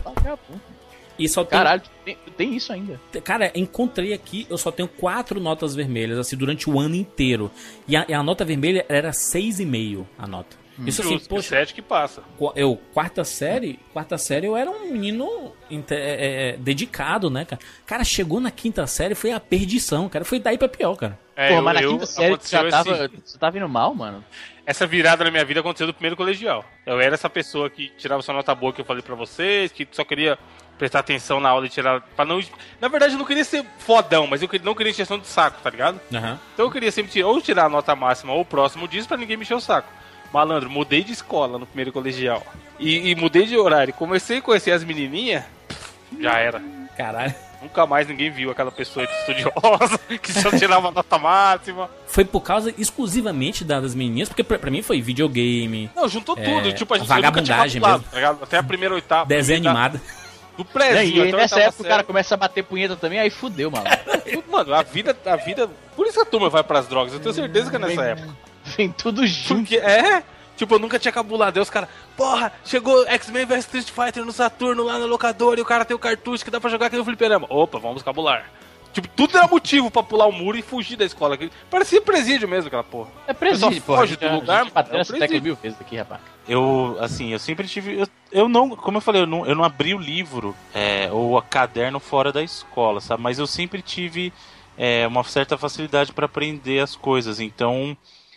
Speaker 2: E só tem...
Speaker 1: Caralho, tem, tem isso ainda.
Speaker 2: Cara, encontrei aqui, eu só tenho quatro notas vermelhas, assim, durante o ano inteiro. E a, e a nota vermelha era seis vírgula cinco, a nota. Hum. Isso assim,
Speaker 3: Justo,
Speaker 2: poxa...
Speaker 3: sete que passa.
Speaker 2: Eu, quarta série, quarta série eu era um menino é, é, dedicado, né, cara? Cara, chegou na quinta série, foi a perdição, cara. Foi daí pra pior, cara.
Speaker 3: É,
Speaker 1: Pô,
Speaker 3: eu,
Speaker 1: mas na
Speaker 3: eu,
Speaker 1: quinta série tu já tava,
Speaker 3: esse...
Speaker 1: você tava indo mal, mano?
Speaker 3: Essa virada na minha vida aconteceu no primeiro colegial. Eu era essa pessoa que tirava sua nota boa que eu falei pra vocês, que só queria prestar atenção na aula e tirar... Pra não... Na verdade, eu não queria ser fodão, mas eu não queria encheção de saco, tá ligado?
Speaker 2: Uhum.
Speaker 3: Então eu queria sempre tirar, ou tirar a nota máxima ou próximo disso pra ninguém me encher o saco. Malandro, mudei de escola no primeiro colegial. E, e mudei de horário. Comecei a conhecer as menininhas, já era.
Speaker 2: Caralho.
Speaker 3: Nunca mais ninguém viu aquela pessoa estudiosa que só tirava nota máxima.
Speaker 2: Foi por causa exclusivamente das menininhas, porque pra, pra mim foi videogame.
Speaker 3: Não, juntou
Speaker 2: é,
Speaker 3: tudo. Tipo, a gente
Speaker 2: vagabundagem
Speaker 3: nunca tinha
Speaker 2: mesmo.
Speaker 3: calculado, tá até a primeira oitava.
Speaker 2: Desenho animado.
Speaker 3: Do prézinho.
Speaker 1: E aí, nessa época
Speaker 3: série.
Speaker 1: o cara começa a bater punheta também, aí fudeu, mano.
Speaker 3: Mano, a vida, a vida... Por isso a turma vai pras drogas. Eu tenho certeza que é nessa
Speaker 1: Vem,
Speaker 3: época.
Speaker 1: Vem tudo junto.
Speaker 3: Porque, é... Tipo, eu nunca tinha cabulado. Aí os caras, porra, chegou X-Men vs Street Fighter no Saturno lá no locador e o cara tem o cartucho que dá pra jogar aqui no fliperama. Opa, vamos cabular. Tipo, tudo era motivo pra pular o muro e fugir da escola. Parecia presídio mesmo aquela porra.
Speaker 1: É presídio, porra.
Speaker 3: Foge do lugar,
Speaker 1: gente bateu
Speaker 3: é um
Speaker 1: essa tecla
Speaker 3: presídio.
Speaker 1: mil vezes aqui, rapaz.
Speaker 4: Eu, assim, eu sempre tive... Eu, eu não, como eu falei, eu não, eu não abri o livro é, ou o caderno fora da escola, sabe? Mas eu sempre tive é, uma certa facilidade pra aprender as coisas, então...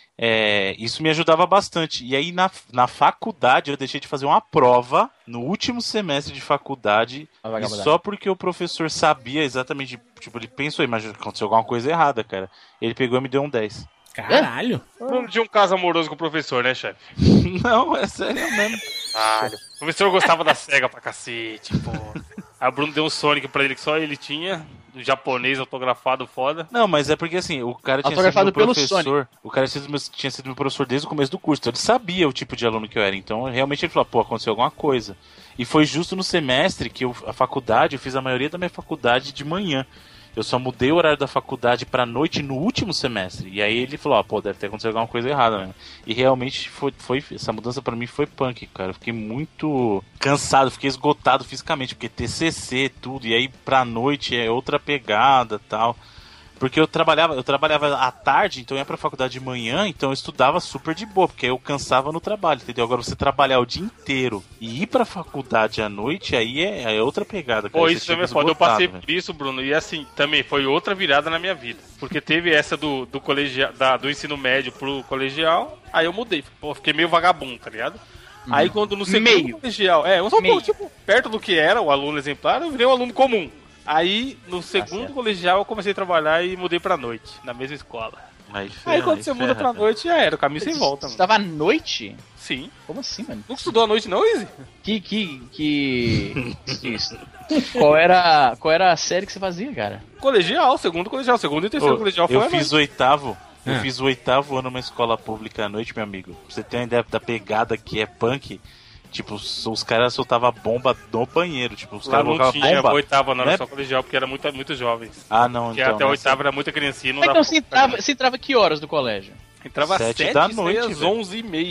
Speaker 4: É, isso me ajudava bastante. E aí na, na faculdade eu deixei de fazer uma prova no último semestre de faculdade, e só porque o professor sabia exatamente, tipo, ele pensou, mas aconteceu alguma coisa errada, cara. Ele pegou e me deu um dez.
Speaker 2: Caralho.
Speaker 3: Não tinha um caso amoroso com o professor, né, chefe?
Speaker 4: Não, é sério mesmo.
Speaker 3: Caralho. O professor gostava da SEGA pra cacete, pô. Aí o Bruno deu um Sonic pra ele que só ele tinha, do japonês autografado foda.
Speaker 4: Não, mas é porque assim, o cara tinha sido meu professor, o cara tinha sido, meu, tinha sido meu professor desde o começo do curso, então ele sabia o tipo de aluno que eu era, então realmente ele falou, pô, aconteceu alguma coisa. E foi justo no semestre que eu, a faculdade, eu fiz a maioria da minha faculdade de manhã. Eu só mudei o horário da faculdade pra noite no último semestre. E aí ele falou, ah, pô, deve ter acontecido alguma coisa errada, né? E realmente foi, foi essa mudança pra mim foi punk, cara. Eu fiquei muito cansado, fiquei esgotado fisicamente, porque T C C, tudo, e aí pra noite é outra pegada e tal. Porque eu trabalhava, eu trabalhava à tarde, então eu ia pra faculdade de manhã, então eu estudava super de boa, porque aí eu cansava no trabalho, entendeu? Agora você trabalhar o dia inteiro e ir pra faculdade à noite, aí é, é outra pegada. Cara.
Speaker 3: Pô,
Speaker 4: Você
Speaker 3: isso também é
Speaker 4: esgotado,
Speaker 3: foda. Eu passei
Speaker 4: véio.
Speaker 3: por isso, Bruno, e assim, também foi outra virada na minha vida. Porque teve essa do, do, colegial, da, do ensino médio pro colegial, aí eu mudei. Pô, fiquei meio vagabundo, tá ligado? Hum. Aí quando no segundo
Speaker 1: meio.
Speaker 3: colegial, é, eu só
Speaker 1: meio.
Speaker 3: Pô, tipo, perto do que era o aluno exemplar, eu virei um aluno comum. Aí, no segundo
Speaker 1: tá
Speaker 3: colegial, eu comecei a trabalhar e mudei pra noite, na mesma escola.
Speaker 4: Aí, ferra,
Speaker 3: Aí quando
Speaker 4: aí
Speaker 3: você
Speaker 4: ferra,
Speaker 3: muda pra
Speaker 4: cara.
Speaker 3: noite, já era, o caminho sem volta,
Speaker 1: Você
Speaker 3: mano.
Speaker 1: tava à noite?
Speaker 3: Sim.
Speaker 1: Como assim, mano?
Speaker 3: Nunca estudou à noite não, Izzy?
Speaker 1: Que, que, que... Isso. Qual era, qual era a série que você fazia, cara?
Speaker 3: Colegial, segundo colegial, segundo e terceiro
Speaker 4: Ô,
Speaker 3: colegial foi
Speaker 4: eu
Speaker 3: à
Speaker 4: fiz
Speaker 3: noite.
Speaker 4: oitavo. Eu
Speaker 2: Ah.
Speaker 4: fiz o oitavo ano numa escola pública à noite, meu amigo. Pra você ter uma ideia da pegada que é punk. Tipo, os, os caras soltavam bomba no banheiro. Tipo, os
Speaker 3: Lá
Speaker 4: caras
Speaker 3: não
Speaker 4: colocavam
Speaker 3: tinha
Speaker 4: bomba.
Speaker 3: oitava, não, era
Speaker 4: né?
Speaker 3: só colegial, porque era muito, muito jovens.
Speaker 4: Ah, não,
Speaker 3: Porque
Speaker 4: então.
Speaker 3: até a
Speaker 4: nessa-
Speaker 3: oitava era muita criancinha, não
Speaker 1: Mas
Speaker 3: dava
Speaker 1: então você entrava, você entrava que horas do colégio?
Speaker 3: Entrava às
Speaker 4: Sete
Speaker 3: sete
Speaker 4: da
Speaker 3: e
Speaker 4: noite,
Speaker 3: saía às
Speaker 4: velho.
Speaker 3: onze e meia.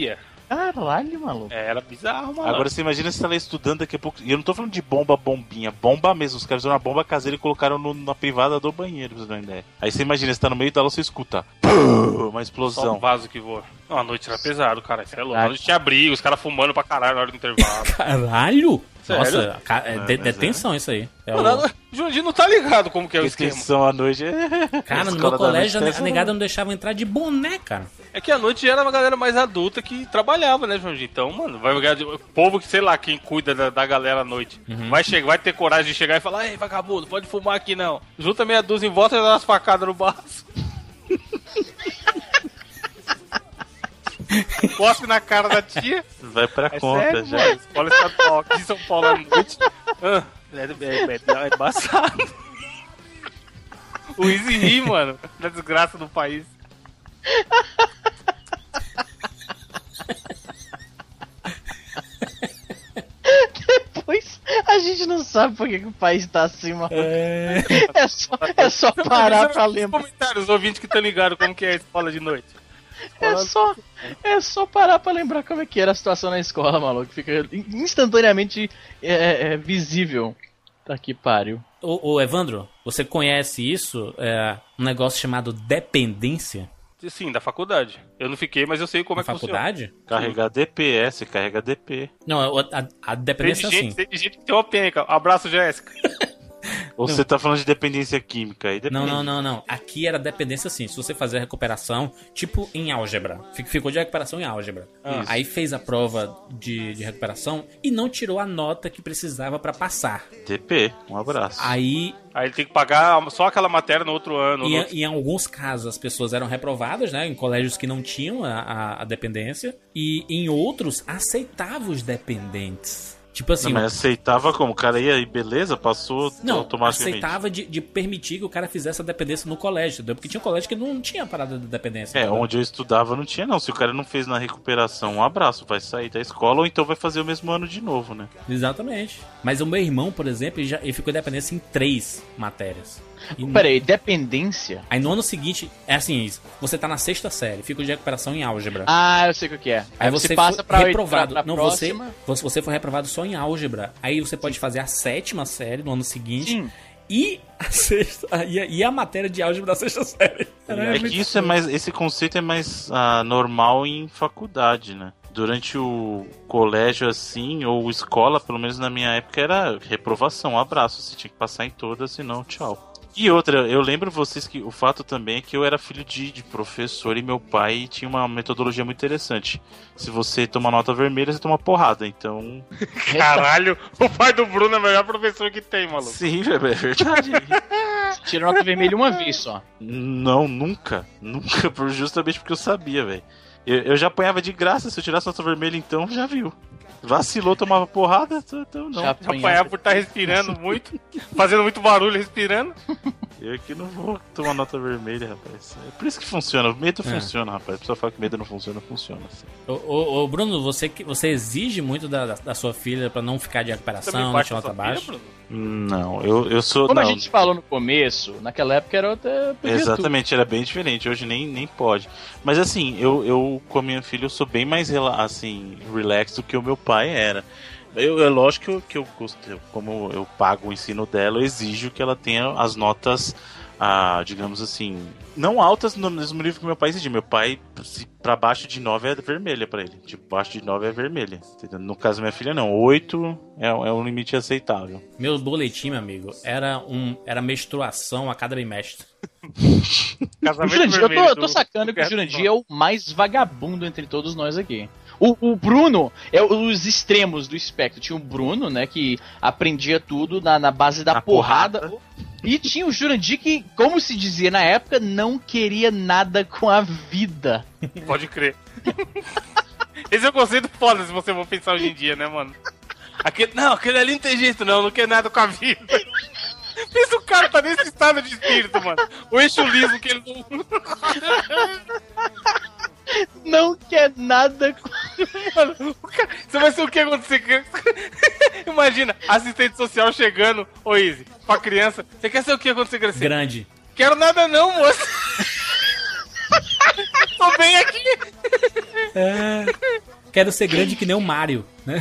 Speaker 1: Caralho, maluco.
Speaker 3: É, era bizarro, mano.
Speaker 4: Agora você imagina se ela estudando daqui a pouco. E eu não tô falando de bomba, bombinha. Bomba mesmo. Os caras fizeram uma bomba caseira e colocaram no, na privada do banheiro, pra você ter uma ideia. Aí você imagina, você tá no meio dela, você escuta. Pum, uma explosão.
Speaker 3: Só um vaso que voa. Não, a noite era pesado, cara. Isso é louco. A noite tinha briga, os caras fumando pra caralho na hora do intervalo.
Speaker 2: Caralho!
Speaker 3: Sério?
Speaker 2: Nossa, ca- é,
Speaker 4: É,
Speaker 2: de-
Speaker 4: mas
Speaker 2: detenção isso aí. É
Speaker 3: Mano,
Speaker 2: o...
Speaker 3: o Jurandir não tá ligado como que é o esquema.
Speaker 4: Extensão à noite.
Speaker 2: Cara, no
Speaker 4: Escola
Speaker 2: meu
Speaker 4: da
Speaker 2: colégio
Speaker 4: noite
Speaker 2: a,
Speaker 4: tá
Speaker 2: a negada não deixava entrar de boné, cara.
Speaker 3: É que a noite era uma galera mais adulta que trabalhava, né, Jurandir? Então, mano, vai o povo que, sei lá, quem cuida da, da galera à noite,
Speaker 2: Uhum.
Speaker 3: vai, chegar, vai ter coragem de chegar e falar: ei, vagabundo, pode fumar aqui não. Junta meia dúzia em volta e dá umas facadas no baço. Cospe na cara da tia.
Speaker 4: Vai pra
Speaker 3: É
Speaker 4: conta
Speaker 3: sério,
Speaker 4: já.
Speaker 3: mano. Escola estadual aqui em São Paulo à noite. Ah, é, é, é, é embaçado. O Easy ri, mano, da desgraça do país.
Speaker 1: Depois a gente não sabe por que, que o país tá assim, mano. É, é, só, é só parar pra lembrar.
Speaker 3: Comentários, os ouvintes que estão ligados como que é a escola de noite.
Speaker 1: É só, é só parar pra lembrar como é que era a situação na escola, maluco. Fica instantaneamente é, é, visível. Tá que pariu.
Speaker 2: Ô, ô, Evandro, você conhece isso? É, um negócio chamado dependência?
Speaker 3: Sim, da faculdade. Eu não fiquei, mas eu sei como
Speaker 2: Na
Speaker 3: é que
Speaker 2: faculdade?
Speaker 4: Carregar D P S, carrega D P.
Speaker 2: Não, a, a, a dependência é
Speaker 3: funciona.
Speaker 2: assim.
Speaker 3: Tem gente, tem gente que tem uma penca. Abraço, Jéssica.
Speaker 4: Ou
Speaker 2: Não.
Speaker 4: você tá falando de dependência química aí? Depende.
Speaker 2: Não, não, não, não. Aqui era dependência assim. Se você fazer a recuperação, tipo em álgebra. Fic- Ficou de recuperação em álgebra.
Speaker 4: Ah.
Speaker 2: Aí fez a prova de, de recuperação e não tirou a nota que precisava pra passar.
Speaker 4: D P, um abraço.
Speaker 2: Aí,
Speaker 3: Aí ele tem que pagar só aquela matéria no outro ano. no
Speaker 2: em,
Speaker 3: outro-
Speaker 2: em alguns casos, as pessoas eram reprovadas, né? Em colégios que não tinham a, a, a dependência. E em outros, aceitavam os dependentes. Tipo assim,
Speaker 4: Não, mas aceitava como? O cara ia e beleza, passou
Speaker 2: não,
Speaker 4: automaticamente.
Speaker 2: aceitava de, de permitir que o cara fizesse a dependência no colégio, entendeu? Porque tinha um colégio que não tinha parada de dependência.
Speaker 4: É,
Speaker 2: entendeu?
Speaker 4: onde eu estudava não tinha não. Se o cara não fez na recuperação, um abraço, vai sair da escola ou então vai fazer o mesmo ano de novo, né?
Speaker 2: Exatamente. Mas o meu irmão, por exemplo, ele, já, ele ficou em dependência em três matérias. E
Speaker 1: Peraí, dependência?
Speaker 2: aí no ano seguinte, é assim, você tá na sexta série, fica de recuperação em álgebra.
Speaker 1: Ah, eu sei o que é.
Speaker 2: Aí você,
Speaker 1: passa
Speaker 2: foi
Speaker 1: pra
Speaker 2: reprovado.
Speaker 1: Pra, pra
Speaker 2: não,
Speaker 1: próxima.
Speaker 2: você, você foi reprovado só em álgebra. Aí você pode fazer a sétima série no ano seguinte.
Speaker 1: Sim.
Speaker 2: E a sexta. E a, e a matéria de álgebra da sexta série.
Speaker 4: É que isso é mais. Esse conceito é mais ah, normal em faculdade, né? Durante o colégio, assim, ou escola, pelo menos na minha época, era reprovação, um abraço. Você tinha que passar em todas, senão tchau. E outra, eu lembro vocês que o fato também é que eu era filho de, de professor e meu pai tinha uma metodologia muito interessante. Se você toma nota vermelha, você toma porrada, então...
Speaker 3: Caralho, o pai do Bruno é o melhor professor que tem, maluco.
Speaker 4: Sim, é verdade.
Speaker 1: Tira nota vermelha uma vez só.
Speaker 4: Não, nunca. Nunca, por- justamente porque eu sabia, velho. Eu, eu já apanhava de graça, se eu tirasse nota vermelha então, já viu. Vacilou, tomava porrada, então não.
Speaker 1: Já
Speaker 3: Apanhar por estar respirando muito, fazendo muito barulho respirando.
Speaker 4: Eu aqui não vou tomar nota vermelha, rapaz. É por isso que funciona, o medo
Speaker 2: É.
Speaker 4: funciona, rapaz. A pessoa fala que medo não funciona, funciona. Assim.
Speaker 2: Ô, ô, ô, Bruno, você, que- você exige muito da, da, da sua filha pra não ficar de recuperação, não
Speaker 3: bate
Speaker 2: tirar
Speaker 3: na
Speaker 2: nota
Speaker 3: sua filha,
Speaker 2: baixa?
Speaker 3: Bruno?
Speaker 4: Não, eu, eu sou.
Speaker 1: Como
Speaker 4: não,
Speaker 1: a gente falou no começo, naquela época era outra. podia
Speaker 4: exatamente, era bem diferente. Hoje nem, nem pode. Mas assim, eu, eu com a minha filha, eu sou bem mais rela- assim, relax do que o meu pai era. Eu, é lógico que eu, que eu gosto- eu- como eu pago o ensino dela, eu exijo que ela tenha as notas, ah, digamos assim, não altas no mesmo nível que meu pai exigia. Meu pai, se pra baixo de nove é vermelha pra ele. De baixo de nove é vermelha. Entendeu? No caso da minha filha, não. oito é, é um limite aceitável.
Speaker 2: Meu boletim, meu amigo, era, um, era menstruação a cada trimestre.
Speaker 1: O
Speaker 3: Casamento
Speaker 1: Jurandir, eu tô,
Speaker 3: vermelho
Speaker 1: eu tô
Speaker 3: do-
Speaker 1: sacando
Speaker 3: do
Speaker 1: que o
Speaker 3: Gerson.
Speaker 1: Jurandir é o mais vagabundo entre todos nós aqui. O, o Bruno é os extremos do espectro. Tinha o Bruno, né, que aprendia tudo na, na base da
Speaker 4: Na
Speaker 1: porrada.
Speaker 4: porrada.
Speaker 1: E tinha o Jurandir que, como se dizia na época, não queria nada com a vida.
Speaker 3: Pode crer. Esse é o conceito foda se você for pensar hoje em dia, né, mano? Aquele, não, aquele ali não tem jeito não, não quer nada com a vida. Pensa o cara tá nesse estado de espírito, mano. O eixo liso que ele não...
Speaker 1: Não quer nada com
Speaker 3: Mano, o cara, você vai ser o que quando você... Imagina, assistente social chegando, ô Izzy, pra criança, você quer ser o que quando você crescer?
Speaker 2: Grande.
Speaker 3: Quero nada não, moça. Tô bem aqui.
Speaker 2: quero ser grande que nem o Mario, né?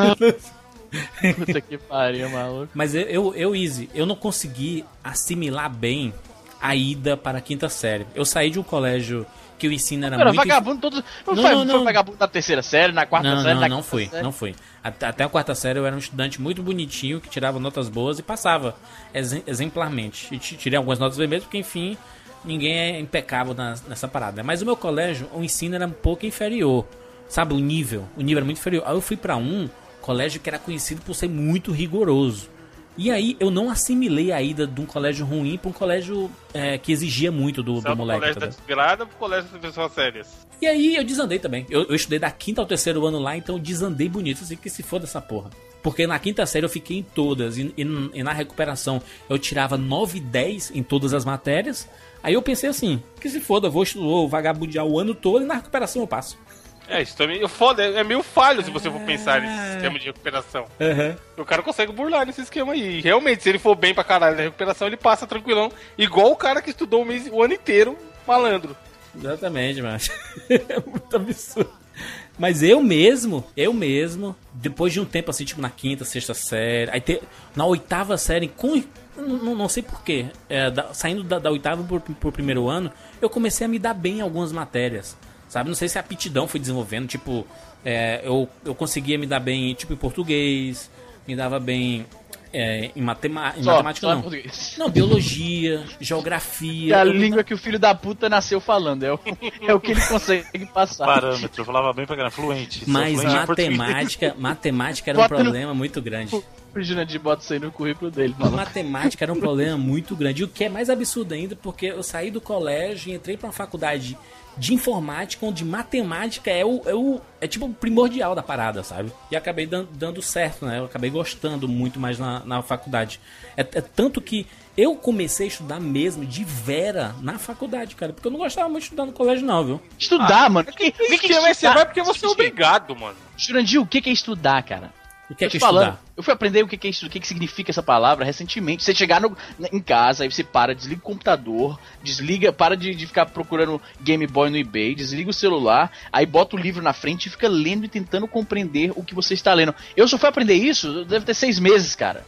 Speaker 1: É. Puta que pariu, maluco.
Speaker 2: Mas eu, eu, eu, Easy, eu não consegui assimilar bem a ida para a quinta série. Eu saí de um colégio que o ensino era, era muito...
Speaker 1: vagabundo todo... Não, não, foi, não, não. Foi vagabundo na terceira série, na quarta
Speaker 2: não,
Speaker 1: série,
Speaker 2: não,
Speaker 1: na
Speaker 2: não fui,
Speaker 1: série.
Speaker 2: não fui. Até, até a quarta série eu era um estudante muito bonitinho, que tirava notas boas e passava exemplarmente. E tirei algumas notas vermelhas, porque enfim, ninguém é impecável na, nessa parada. Mas o meu colégio, o ensino era um pouco inferior. Sabe, o nível, o nível era muito inferior. Aí eu fui pra um colégio que era conhecido por ser muito rigoroso. E aí eu não assimilei a ida de um colégio ruim pra um colégio é, que exigia muito do, do moleque.
Speaker 3: Colégio da desgrada pro colégio das pessoas sérias.
Speaker 2: E aí eu desandei também. Eu, eu estudei da quinta ao terceiro ano lá, então eu desandei bonito, assim, que se foda essa porra. Porque na quinta série eu fiquei em todas, e, e, e na recuperação eu tirava nove e dez em todas as matérias. Aí eu pensei assim, que se foda, eu vou, vou vagabundear o ano todo e na recuperação eu passo.
Speaker 3: É, isso também foda, é meio falho se você for pensar nesse sistema de recuperação.
Speaker 2: Uhum.
Speaker 3: O cara consegue burlar nesse esquema aí. E realmente, se ele for bem pra caralho na recuperação, ele passa tranquilão. Igual o cara que estudou o, mês, o ano inteiro, malandro.
Speaker 2: Exatamente, macho. É muito absurdo. Mas eu mesmo, eu mesmo, depois de um tempo assim, tipo na quinta, sexta série, aí te, na oitava série, com, não, não sei porquê, é, da, saindo da, da oitava pro, pro primeiro ano, eu comecei a me dar bem em algumas matérias. Sabe, não sei se a aptidão foi desenvolvendo, tipo, é, eu, eu conseguia me dar bem, tipo, em português, me dava bem é, em, matema em
Speaker 1: só,
Speaker 2: matemática,
Speaker 1: só
Speaker 2: não.
Speaker 1: Português.
Speaker 2: Não, biologia, geografia.
Speaker 1: É a
Speaker 2: eu
Speaker 1: língua
Speaker 2: me...
Speaker 1: que o filho da puta nasceu falando, é o, é o que ele consegue passar.
Speaker 4: Parâmetro, eu falava bem pra caramba, fluente.
Speaker 2: Mas
Speaker 4: fluente
Speaker 2: matemática, matemática era um
Speaker 1: Bota
Speaker 2: problema
Speaker 1: no...
Speaker 2: muito grande.
Speaker 1: O Jurandir bota isso aí no currículo dele. Maluco.
Speaker 2: Matemática era um problema muito grande. E o que é mais absurdo ainda, porque eu saí do colégio e entrei pra uma faculdade de informática, onde matemática é o, é o é tipo o primordial da parada, sabe? E acabei dando, dando certo, né? Eu acabei gostando muito mais na, na faculdade. É, é tanto que eu comecei a estudar mesmo de vera na faculdade, cara. Porque eu não gostava muito de estudar no colégio, não, viu?
Speaker 1: Estudar,
Speaker 3: ah,
Speaker 1: mano. O que, que, que, que
Speaker 3: é você vai porque você é obrigado, mano.
Speaker 1: Jurandir, o que, que é estudar, cara?
Speaker 2: O que é que
Speaker 1: falando,
Speaker 2: estudar?
Speaker 1: Eu fui aprender o que, que é isso, o que, que significa essa palavra recentemente. Você chegar no, em casa, aí você para, desliga o computador, desliga, para de, de ficar procurando Game Boy no eBay, desliga o celular, aí bota o livro na frente e fica lendo e tentando compreender o que você está lendo. Eu só fui aprender isso, deve ter seis meses, cara.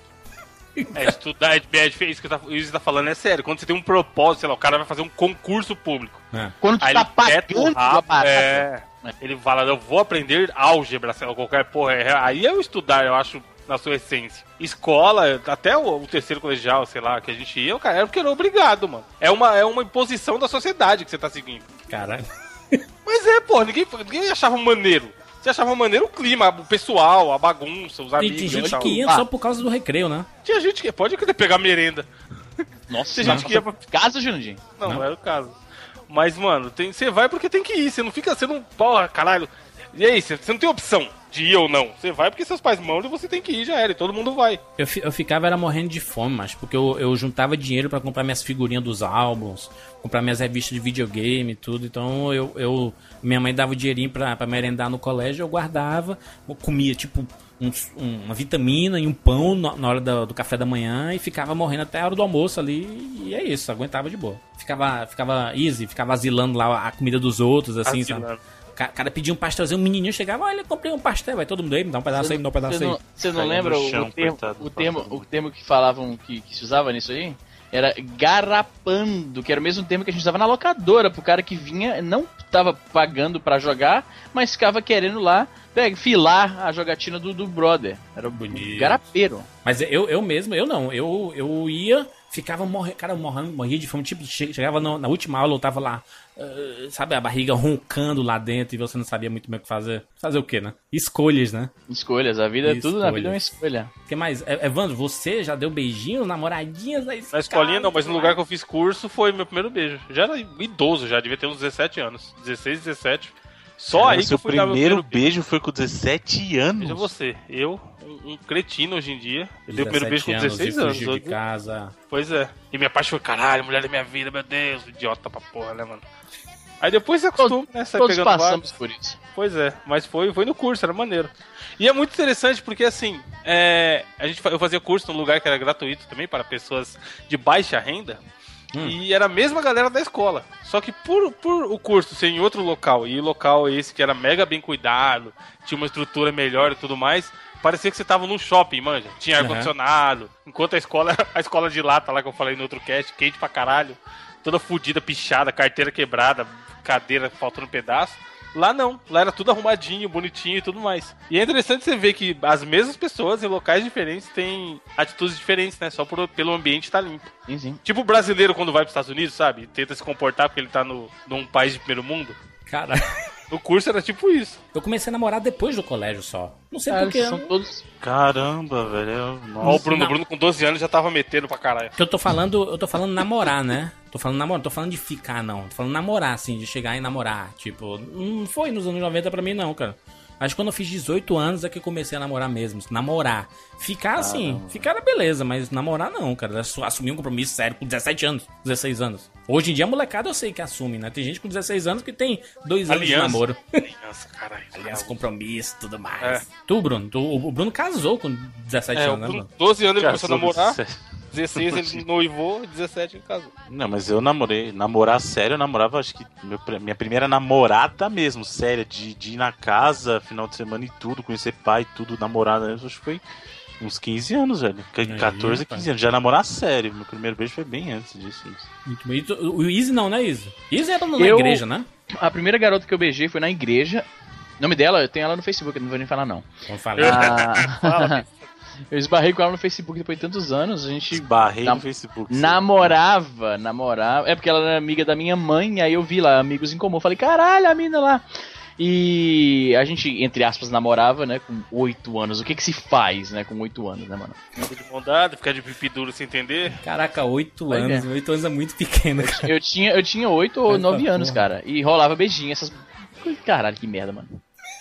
Speaker 3: É, estudar é difícil, isso que você tá falando é sério. Quando você tem um propósito, sei lá, o cara vai fazer um concurso público.
Speaker 2: É.
Speaker 1: Quando tu
Speaker 3: aí
Speaker 1: tá pagando a parada.
Speaker 3: É, ele fala, eu vou aprender álgebra, sei lá, qualquer porra. Aí é eu estudar, eu acho, na sua essência. Escola, até o, o terceiro colegial, sei lá, que a gente ia, cara, era porque era obrigado, mano. É uma, é uma imposição da sociedade que você tá seguindo.
Speaker 2: Caralho.
Speaker 3: Mas é, pô, ninguém, ninguém achava maneiro. Você achava maneiro o clima, o pessoal, a bagunça, os amigos.
Speaker 2: Tem gente
Speaker 3: e tal.
Speaker 2: que ia
Speaker 1: Ah.
Speaker 2: só por causa do recreio, né?
Speaker 3: Tinha gente que pode querer pegar merenda.
Speaker 1: Nossa,
Speaker 3: Tem gente que ia pra...
Speaker 1: casa, Jurandir.
Speaker 3: Não,
Speaker 2: Não.
Speaker 3: não era o caso. Mas, mano, tem, você vai porque tem que ir. Você não fica sendo um porra, caralho. E aí, você, você não tem opção de ir ou não. Você vai porque seus pais mandam e você tem que ir, já era. E todo mundo vai.
Speaker 2: Eu, fi- eu ficava era morrendo de fome, mas porque eu, eu juntava dinheiro pra comprar minhas figurinhas dos álbuns, comprar minhas revistas de videogame e tudo. Então eu, eu minha mãe dava o dinheirinho pra, pra merendar no colégio, eu guardava, eu comia tipo um, um, uma vitamina e um pão na, na hora do, do café da manhã e ficava morrendo até a hora do almoço ali. E é isso, aguentava de boa. Ficava, ficava easy, ficava asilando lá a comida dos outros, assim,
Speaker 3: Asilando.
Speaker 2: sabe? O cara pedia um pastelzinho, um menininho chegava, olha, eu comprei um pastel, vai todo mundo aí, me dá um pedaço aí, me dá um pedaço
Speaker 1: Você
Speaker 2: aí.
Speaker 1: não, você não
Speaker 4: Caiu
Speaker 1: lembra
Speaker 4: no
Speaker 1: o,
Speaker 4: chão,
Speaker 1: o, termo,
Speaker 4: coitado do
Speaker 1: o, termo,
Speaker 4: pastor.
Speaker 1: o termo que falavam, que, que se usava nisso aí? Era garapando, que era o mesmo termo que a gente usava na locadora, pro cara que vinha, não tava pagando pra jogar, mas ficava querendo lá pega, filar a jogatina do, do brother. Era
Speaker 2: Bonito.
Speaker 1: garapeiro.
Speaker 2: Mas eu, eu mesmo, eu não, eu, eu ia, ficava morrendo, cara, morrendo, morria de fome, tipo, che- chegava no- na última aula, eu tava lá, uh, sabe, a barriga roncando lá dentro e você não sabia muito bem o que fazer. Fazer o quê, né? Escolhas, né?
Speaker 1: Escolhas, a vida, tudo na vida é uma escolha.
Speaker 2: O que mais? E- Evandro, você já deu beijinhos, namoradinhas na escola?
Speaker 3: Na escolinha não, mas no lugar que eu fiz curso foi meu primeiro beijo. Já era idoso, já devia ter uns dezessete anos. dezesseis, dezessete. Só
Speaker 4: Cara,
Speaker 3: aí que
Speaker 4: seu
Speaker 3: eu fui dar meu
Speaker 4: primeiro
Speaker 3: primeiro beijo.
Speaker 4: beijo foi com dezessete anos.
Speaker 3: Veja você, eu, um, um cretino hoje em dia, eu dei o primeiro beijo com dezesseis anos.
Speaker 2: Fugiu de
Speaker 3: hoje.
Speaker 2: casa.
Speaker 3: Pois é. E minha parte foi, caralho, mulher da minha vida, meu Deus, idiota pra porra, né, mano? Aí depois você acostuma, né? Sai
Speaker 1: Todos
Speaker 3: pegando
Speaker 1: passamos
Speaker 3: vários.
Speaker 1: por isso.
Speaker 3: Pois é, mas foi, foi no curso, era maneiro. E é muito interessante porque, assim, é, a gente, fa- eu fazia curso num lugar que era gratuito também para pessoas de baixa renda. Hum. E era a mesma galera da escola. Só que por, por o curso ser em outro local, e o local esse que era mega bem cuidado, tinha uma estrutura melhor e tudo mais, parecia que você tava num shopping, manja. Tinha ar-condicionado. Uhum. Enquanto a escola, a escola de lata lá que eu falei no outro cast, quente pra caralho, toda fodida, pichada, carteira quebrada, cadeira faltando um pedaço. Lá não, lá era tudo arrumadinho, bonitinho e tudo mais. E é interessante você ver que as mesmas pessoas em locais diferentes têm atitudes diferentes, né? Só por, pelo ambiente estar limpo.
Speaker 1: Sim, sim.
Speaker 3: Tipo o brasileiro quando vai pros Estados Unidos, sabe? Tenta se comportar porque ele tá no, num país de primeiro mundo.
Speaker 2: Cara...
Speaker 3: No curso era tipo isso.
Speaker 2: Eu comecei a namorar depois do colégio só. Não sei
Speaker 1: Cara,
Speaker 2: porquê.
Speaker 1: São todos...
Speaker 4: Caramba, velho.
Speaker 3: Ó, o Bruno, o Bruno com doze anos já tava metendo pra caralho.
Speaker 2: Que eu tô falando, eu tô falando namorar, né? Tô falando namorar, tô falando de ficar, não. Tô falando namorar, assim, de chegar e namorar. Tipo, não foi nos anos noventa pra mim, não, cara. Acho que quando eu fiz dezoito anos é que eu comecei a namorar mesmo. Namorar. Ficar, assim, ah, ficar era beleza, mas namorar não, cara. Assumir um compromisso sério com dezessete anos, dezesseis anos. Hoje em dia, a molecada eu sei que assume, né? Tem gente com dezesseis anos que tem dois anos
Speaker 3: Aliança.
Speaker 2: de namoro.
Speaker 3: Aliança, caralho.
Speaker 2: Aliança, compromisso, tudo mais.
Speaker 3: É.
Speaker 2: Tu, Bruno, tu, o Bruno casou com dezessete
Speaker 3: é,
Speaker 2: anos, né,
Speaker 3: Bruno,
Speaker 2: Bruno?
Speaker 3: doze anos ele
Speaker 4: Cara,
Speaker 3: começou a namorar.
Speaker 4: dezessete.
Speaker 3: dezesseis ele noivou, dezessete ele casou.
Speaker 4: Não, mas eu namorei. Namorar sério, eu namorava, acho que meu, minha primeira namorada mesmo, séria, de, de ir na casa, final de semana e tudo, conhecer pai e tudo, namorada, acho que foi uns quinze anos, velho. catorze, quinze anos. Já namorar sério. Meu primeiro beijo foi bem antes disso.
Speaker 2: Muito bem. O Easy não, né, Easy? Easy era na
Speaker 1: Eu-
Speaker 2: igreja, né?
Speaker 1: A primeira garota que eu beijei foi na igreja. O nome dela, eu tenho ela no Facebook, eu não vou nem falar não.
Speaker 2: Vamos falar.
Speaker 1: Ah, eu esbarrei com ela no Facebook depois de tantos anos, a gente
Speaker 4: Esbarrei
Speaker 1: nam-
Speaker 4: no Facebook.
Speaker 1: namorava, namorava. É porque ela era amiga da minha mãe, aí eu vi lá, amigos em comum. Eu falei, caralho, a mina lá. E a gente, entre aspas, namorava, né, com oito anos. O que que se faz, né, com oito anos, né, mano?
Speaker 3: Fica de bondade, ficar de pipi duro sem entender.
Speaker 2: Caraca, oito
Speaker 1: Pois
Speaker 2: anos.
Speaker 1: é.
Speaker 2: Oito anos é muito pequeno, cara.
Speaker 1: Eu tinha, eu tinha oito ou
Speaker 2: Essa
Speaker 1: nove anos,
Speaker 2: porra.
Speaker 1: cara. E rolava beijinho, essas... Caralho, que merda, mano.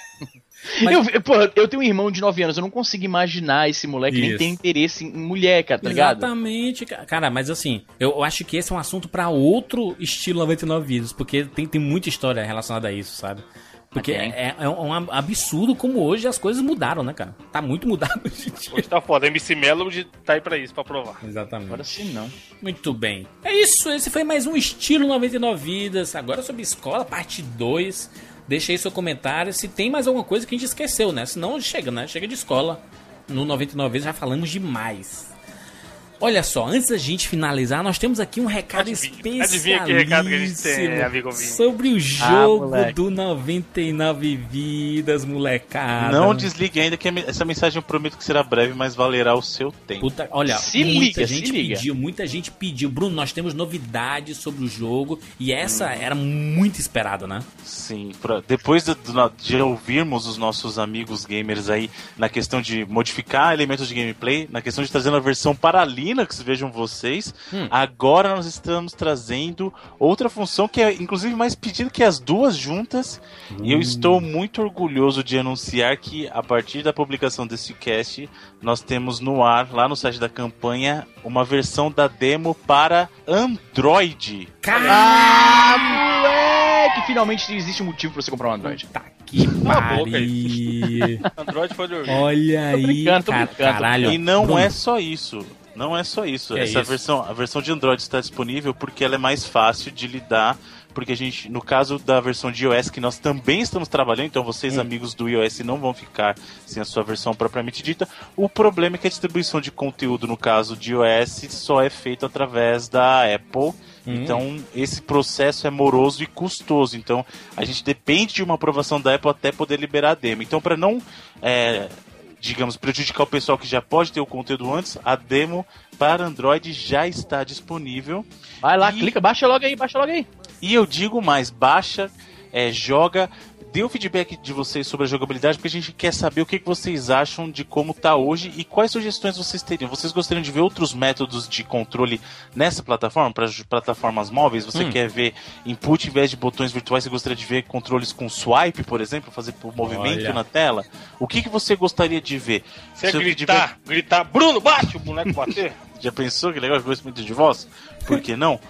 Speaker 2: Mas-
Speaker 1: Eu, porra, eu tenho um irmão de nove anos, eu não consigo imaginar esse moleque nem
Speaker 2: Isso.
Speaker 1: tem interesse em mulher, cara, tá ligado?
Speaker 2: Exatamente, ca- cara, mas assim, eu, eu acho que esse é um assunto pra outro estilo noventa e nove vidas, porque tem, tem muita história relacionada a isso, sabe? Porque
Speaker 1: tem.
Speaker 2: é, é um absurdo como hoje as coisas mudaram, né, cara? Tá muito mudado hoje em dia.
Speaker 3: Hoje tá foda. M C Mello tá aí pra isso, pra provar.
Speaker 2: Exatamente.
Speaker 1: Agora sim, não.
Speaker 2: Muito bem. É isso, esse foi mais um Estilo noventa e nove Vidas. Agora sobre escola, parte dois. Deixa aí seu comentário se tem mais alguma coisa que a gente esqueceu, né? Senão chega, né? Chega de escola. No noventa e nove Vidas já falamos demais. Olha só, antes da gente finalizar, nós temos aqui um recado
Speaker 3: Adivinha-
Speaker 2: especialíssimo
Speaker 3: adivinha que recado que a gente tem, amigo ouvinte?
Speaker 2: sobre o jogo
Speaker 1: moleque.
Speaker 2: do noventa e nove Vidas, molecada.
Speaker 4: Não desligue ainda, que essa mensagem eu prometo que será breve, mas valerá o seu tempo.
Speaker 2: Puta, olha,
Speaker 1: Se
Speaker 2: muita
Speaker 1: liga,
Speaker 2: gente
Speaker 1: se liga.
Speaker 2: pediu, muita gente pediu. Bruno, nós temos novidades sobre o jogo e essa era muito esperada, né?
Speaker 4: Sim, pra- depois de, de ouvirmos os nossos amigos gamers aí na questão de modificar elementos de gameplay, na questão de trazer uma versão para Linux, vejam vocês,
Speaker 2: Hum.
Speaker 4: agora nós estamos trazendo outra função que é inclusive mais pedida que as duas juntas, e eu estou muito orgulhoso de anunciar que a partir da publicação desse cast, nós temos no ar, lá no site da campanha, uma versão da demo para Android.
Speaker 1: Ah, moleque! Finalmente existe um motivo pra você comprar um Android.
Speaker 2: Tá que
Speaker 3: Cala a boca
Speaker 2: pariu.
Speaker 3: Android pode dormir.
Speaker 2: Olha aí,
Speaker 1: brincando, tô
Speaker 2: cara,
Speaker 1: brincando.
Speaker 2: caralho.
Speaker 4: E não
Speaker 2: Bruno,
Speaker 4: é só isso. Não é só isso.
Speaker 2: Que é
Speaker 4: Essa
Speaker 2: isso?
Speaker 4: versão, a versão de Android está disponível porque ela é mais fácil de lidar. Porque a gente, no caso da versão de iOS, que nós também estamos trabalhando, então vocês,
Speaker 2: Hum.
Speaker 4: amigos do iOS, não vão ficar sem a sua versão propriamente dita. O problema é que a distribuição de conteúdo, no caso de iOS, só é feita através da Apple.
Speaker 2: Hum.
Speaker 4: Então, esse processo é moroso e custoso. Então, a gente depende de uma aprovação da Apple até poder liberar a demo. Então, para não, é, digamos, prejudicar o pessoal que já pode ter o conteúdo antes, a demo para Android já está disponível.
Speaker 1: Vai lá,
Speaker 4: E-
Speaker 1: clica, baixa logo aí, baixa logo aí.
Speaker 4: E eu digo mais, baixa, é, joga, dê o feedback de vocês sobre a jogabilidade, porque a gente quer saber o que que vocês acham de como tá hoje e quais sugestões vocês teriam. Vocês gostariam de ver outros métodos de controle nessa plataforma, para plataformas móveis? Você
Speaker 2: Hum.
Speaker 4: quer ver input em vez de botões virtuais? Você gostaria de ver controles com swipe, por exemplo, fazer o movimento
Speaker 2: Olha.
Speaker 4: na tela? O que que você gostaria de ver?
Speaker 3: Você
Speaker 4: Seu
Speaker 3: gritar, gritar, Bruno, bate o boneco bater.
Speaker 4: Já pensou que legal conhecimento de voz? Por que não?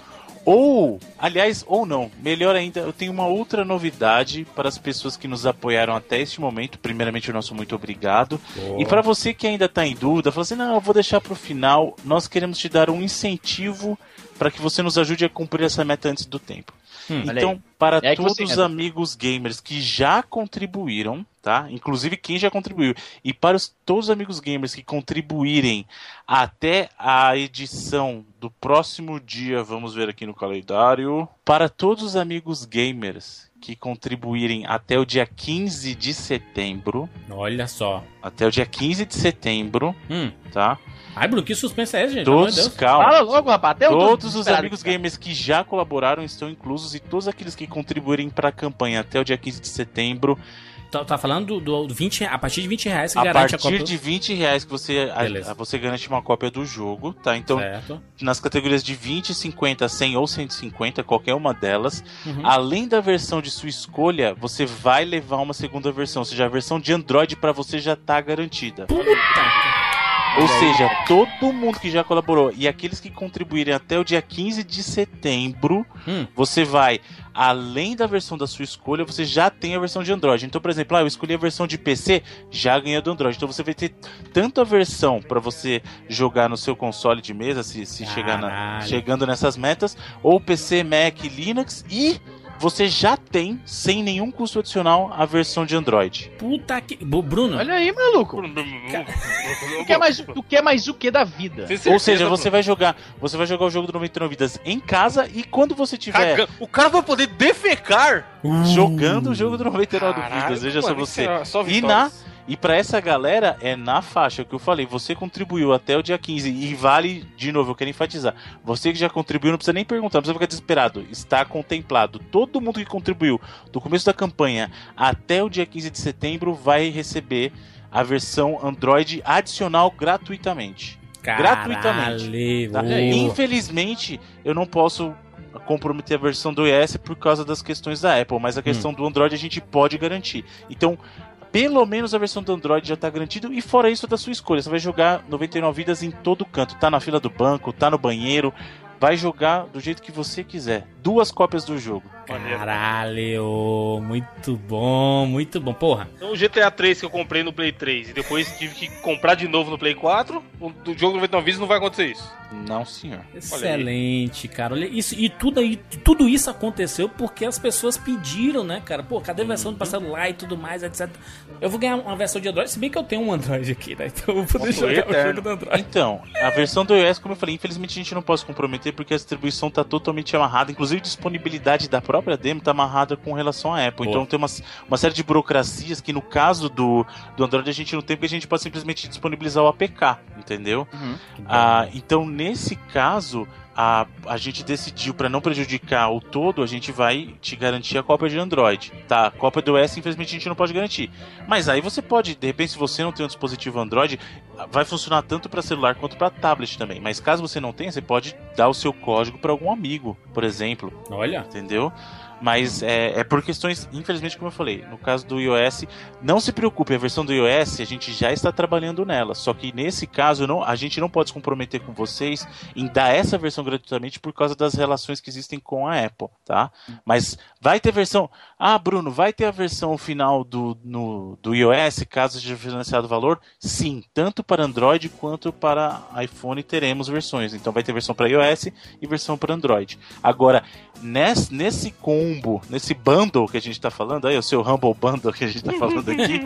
Speaker 4: Ou, aliás, ou não, melhor ainda, eu tenho uma outra novidade para as pessoas que nos apoiaram até este momento. Primeiramente, o nosso muito obrigado. Oh. E para você que ainda está em dúvida, fala assim, não, eu vou deixar para o final, nós queremos te dar um incentivo para que você nos ajude a cumprir essa meta antes do tempo. Hum, então, para é todos os amigos gamers que já contribuíram, tá? Inclusive quem já contribuiu. E para os, todos os amigos gamers que contribuírem até a edição do próximo dia, vamos ver aqui no calendário. Para todos os amigos gamers que contribuírem até o dia quinze de setembro.
Speaker 2: Olha só.
Speaker 4: Até o dia quinze de setembro, hum. tá?
Speaker 2: Ai, Bruno, que suspense é esse, gente?
Speaker 4: Todos, calma.
Speaker 1: Fala logo, rapaz. Até
Speaker 4: todos os amigos cara. gamers que já colaboraram estão inclusos e todos aqueles que contribuírem para a campanha até o dia quinze de setembro.
Speaker 2: Tá, tá falando do, do vinte, a partir de vinte reais que a garante a cópia?
Speaker 4: A partir de vinte reais que você, a, você garante uma cópia do jogo, tá? Então, certo. Nas categorias de vinte, cinquenta, cem ou cento e cinquenta, qualquer uma delas, uhum. além da versão de sua escolha, você vai levar uma segunda versão, ou seja, a versão de Android para você já tá garantida.
Speaker 2: Puta!
Speaker 4: Ou seja, todo mundo que já colaborou e aqueles que contribuírem até o dia quinze de setembro, hum. você vai, além da versão da sua escolha, você já tem a versão de Android. Então, por exemplo, ah, eu escolhi a versão de P C, já ganhei do Android. Então você vai ter tanto a versão para você jogar no seu console de mesa, se, se chegar na, chegando nessas metas, ou P C, Mac, Linux, e você já tem, sem nenhum custo adicional, a versão de Android.
Speaker 2: Puta que... Bruno.
Speaker 1: Olha aí, maluco. Tu quer mais, tu quer mais o que da vida?
Speaker 4: Ou seja, você vai jogar você vai jogar o jogo do noventa e nove Vidas em casa e quando você tiver...
Speaker 3: Caga... O cara vai poder defecar
Speaker 4: uh, jogando o jogo do noventa e nove Vidas, veja só você. Só e na... E pra essa galera, é na faixa que eu falei, você contribuiu até o dia quinze, e vale, de novo, eu quero enfatizar, você que já contribuiu, não precisa nem perguntar, não precisa ficar desesperado, está contemplado. Todo mundo que contribuiu do começo da campanha até o dia quinze de setembro vai receber a versão Android adicional gratuitamente.
Speaker 2: Caralho,
Speaker 4: gratuitamente. Tá? Infelizmente, eu não posso comprometer a versão do iOS por causa das questões da Apple, mas a questão hum. do Android a gente pode garantir. Então, pelo menos a versão do Android já está garantida, e fora isso, da sua escolha. Você vai jogar noventa e nove Vidas em todo canto. Tá na fila do banco, tá no banheiro. Vai jogar do jeito que você quiser. Duas cópias do jogo.
Speaker 2: Caralho, muito bom, muito bom. Porra.
Speaker 3: Então o G T A três que eu comprei no Play três e depois tive que comprar de novo no Play quatro, do jogo noventa e nove Vidas não vai acontecer isso.
Speaker 4: Não, senhor.
Speaker 2: Excelente, cara. Olha isso, e tudo, aí, tudo isso aconteceu porque as pessoas pediram, né, cara? Pô, cadê a versão uhum. do celular e tudo mais, etcétera. Eu vou ganhar uma versão de Android, se bem que eu tenho um Android aqui, né? Então eu vou poder jogar o jogo do Android.
Speaker 4: Então, a versão do iOS, como eu falei, infelizmente a gente não pode comprometer porque a distribuição tá totalmente amarrada. Inclusive, a disponibilidade da própria demo tá amarrada com relação à Apple. Pô. Então tem uma, uma série de burocracias que no caso do, do Android a gente não tem, porque a gente pode simplesmente disponibilizar o A P K, entendeu? Uhum. Ah, então, nesse caso, a, a gente decidiu, para não prejudicar o todo, a gente vai te garantir a cópia de Android. Tá, a cópia do iOS, infelizmente, a gente não pode garantir. Mas aí você pode, de repente, se você não tem um dispositivo Android, vai funcionar tanto para celular quanto para tablet também. Mas caso você não tenha, você pode dar o seu código para algum amigo, por exemplo.
Speaker 2: Olha.
Speaker 4: Entendeu? Mas é, é por questões, infelizmente, como eu falei, no caso do iOS, não se preocupe, a versão do iOS a gente já está trabalhando nela, só que nesse caso não, a gente não pode se comprometer com vocês em dar essa versão gratuitamente por causa das relações que existem com a Apple, tá? Mas vai ter versão... Ah, Bruno, vai ter a versão final do, no, do iOS, caso seja financiado o valor? Sim, tanto para Android quanto para iPhone teremos versões, então vai ter versão para iOS e versão para Android. Agora, nesse, nesse com nesse bundle que a gente tá falando, aí o seu Humble Bundle que a gente tá falando aqui,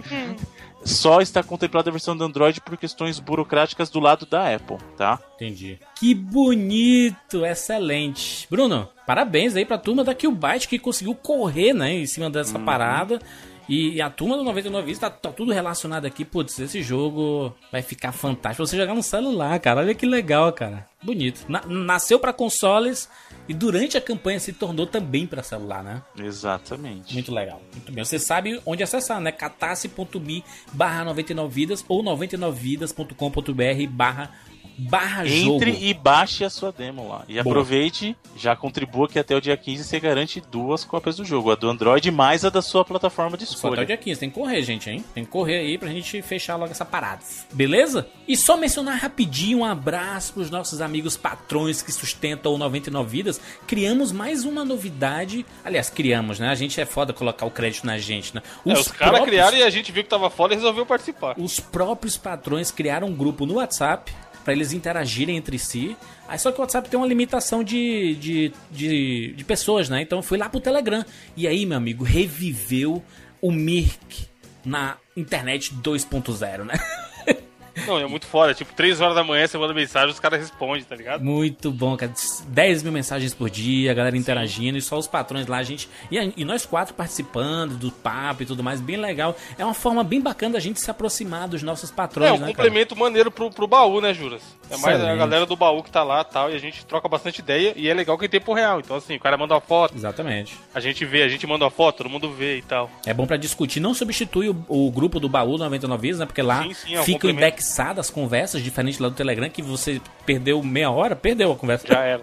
Speaker 4: só está contemplada a versão do Android por questões burocráticas do lado da Apple, tá?
Speaker 2: Entendi. Que bonito, excelente. Bruno, parabéns aí pra turma da Killbyte que conseguiu correr, né, em cima dessa uhum. parada. E a turma do noventa e nove Vidas tá, tá tudo relacionado aqui. Putz, esse jogo vai ficar fantástico. Você jogar no celular, cara. Olha que legal, cara. Bonito. Na, nasceu pra consoles e durante a campanha se tornou também pra celular, né?
Speaker 4: Exatamente.
Speaker 2: Muito legal. Muito bem. Você sabe onde acessar, né? catarse.me barra 99vidas ou noventa e nove vidas ponto com ponto br barra barra
Speaker 4: Entre
Speaker 2: jogo.
Speaker 4: e baixe a sua demo lá. E
Speaker 2: Boa.
Speaker 4: aproveite, já contribua que até o dia quinze você garante duas cópias do jogo. A do Android mais a da sua plataforma de
Speaker 2: Só até
Speaker 4: escolha.
Speaker 2: o dia quinze, tem que correr, gente, hein? Tem que correr aí pra gente fechar logo essa parada. Beleza? E só mencionar rapidinho um abraço pros nossos amigos patrões que sustentam o noventa e nove Vidas. Criamos mais uma novidade. Aliás, criamos, né? A gente é foda colocar o crédito na gente, né?
Speaker 3: Os, é, os caras próprios... criaram e a gente viu que tava foda e resolveu participar.
Speaker 2: Os próprios patrões criaram um grupo no WhatsApp para eles interagirem entre si. Aí só que o WhatsApp tem uma limitação de, de, de, de pessoas, né? Então eu fui lá pro Telegram. E aí, meu amigo, reviveu o Mirk na internet dois ponto zero, né?
Speaker 3: Não, é muito foda. Tipo, três horas da manhã você manda mensagem, os caras respondem, tá ligado?
Speaker 2: Muito bom, cara. dez mil mensagens por dia, a galera interagindo. Sim. E só os patrões lá, a gente... E, e nós quatro participando do papo e tudo mais, bem legal. É uma forma bem bacana da gente se aproximar dos nossos patrões,
Speaker 3: É, um
Speaker 2: né,
Speaker 3: complemento
Speaker 2: cara?
Speaker 3: maneiro pro, pro baú, né, Juras? É mais
Speaker 2: Excelente.
Speaker 3: a galera do baú que tá lá e tal, e a gente troca bastante ideia, e é legal que em tempo real. Então, assim, o cara manda uma foto.
Speaker 2: Exatamente.
Speaker 3: A gente vê, a gente manda uma foto, todo mundo vê e tal.
Speaker 2: É bom pra discutir. Não substitui o, o grupo do baú noventa e nove Vidas, né? Porque lá
Speaker 3: sim, sim, é um
Speaker 2: ficam indexadas as conversas, diferente lá do Telegram, que você perdeu meia hora, perdeu a conversa.
Speaker 3: Já era.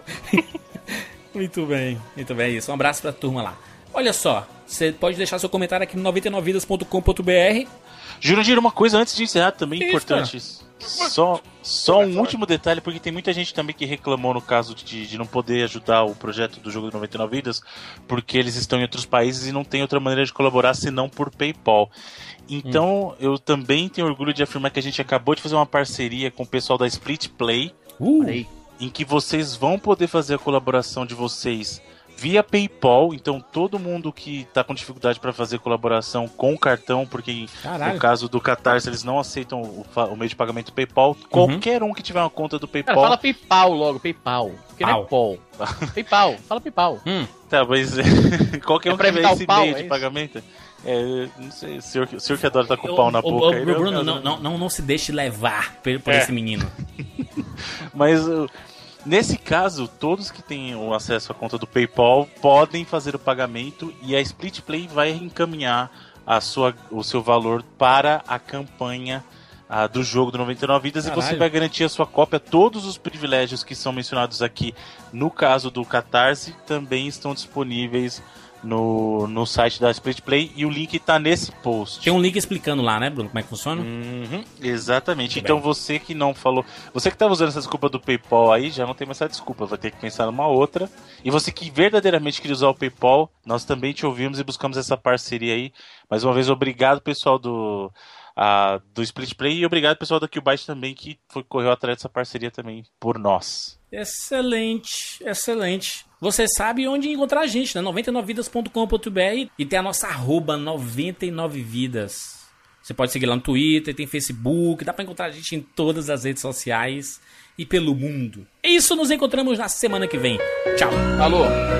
Speaker 2: Muito bem, muito bem, isso. Um abraço pra turma lá. Olha só, você pode deixar seu comentário aqui no noventa e nove vidas ponto com ponto b r.
Speaker 4: Jurandir, uma coisa antes de encerrar também
Speaker 2: Isso,
Speaker 4: importante. Só, só um último detalhe, porque tem muita gente também que reclamou no caso de, de não poder ajudar o projeto do jogo do noventa e nove Vidas, porque eles estão em outros países e não tem outra maneira de colaborar senão por PayPal. Então, hum. eu também tenho orgulho de afirmar que a gente acabou de fazer uma parceria com o pessoal da Split Play,
Speaker 2: uh.
Speaker 4: em que vocês vão poder fazer a colaboração de vocês via PayPal. Então todo mundo que está com dificuldade para fazer colaboração com o cartão, porque
Speaker 2: Caralho.
Speaker 4: no caso do Catarse eles não aceitam o, o meio de pagamento PayPal, uhum. qualquer um que tiver uma conta do PayPal...
Speaker 1: Cara, fala PayPal logo, PayPal. Porque não é Paul. PayPal, fala PayPal.
Speaker 2: Hum.
Speaker 4: Tá, mas qualquer
Speaker 1: é
Speaker 4: um que tiver esse
Speaker 1: pau,
Speaker 4: meio
Speaker 1: é
Speaker 4: de pagamento... É, não sei, o senhor, o senhor que adora estar com o pau na
Speaker 2: o,
Speaker 4: boca...
Speaker 2: O,
Speaker 4: aí,
Speaker 2: o, Bruno, não, não, não, não, não se deixe levar por, por é. esse menino.
Speaker 4: Mas... Nesse caso, todos que têm o acesso à conta do PayPal podem fazer o pagamento e a Split Play vai encaminhar a sua, o seu valor para a campanha ah, do jogo do noventa e nove Vidas. Caralho. E você vai garantir a sua cópia. Todos os privilégios que são mencionados aqui no caso do Catarse também estão disponíveis no, no site da Split Play e o link está nesse post.
Speaker 2: Tem um link explicando lá, né, Bruno, como é que funciona?
Speaker 4: Uhum, exatamente.
Speaker 2: Muito
Speaker 4: então
Speaker 2: bem.
Speaker 4: Você que não falou, você que estava usando essa desculpa do PayPal aí, já não tem mais essa desculpa, vai ter que pensar numa outra. E você que verdadeiramente queria usar o PayPal, nós também te ouvimos e buscamos essa parceria aí. Mais uma vez, obrigado pessoal do, uh, do Split Play e obrigado pessoal da Qbyte também que foi, correu atrás dessa parceria também por nós.
Speaker 2: Excelente, excelente. Você sabe onde encontrar a gente, né? noventa e nove vidas ponto com ponto b r e tem a nossa arroba noventa e nove vidas. Você pode seguir lá no Twitter, tem Facebook, dá pra encontrar a gente em todas as redes sociais e pelo mundo. É isso, nos encontramos na semana que vem. Tchau.
Speaker 1: Alô.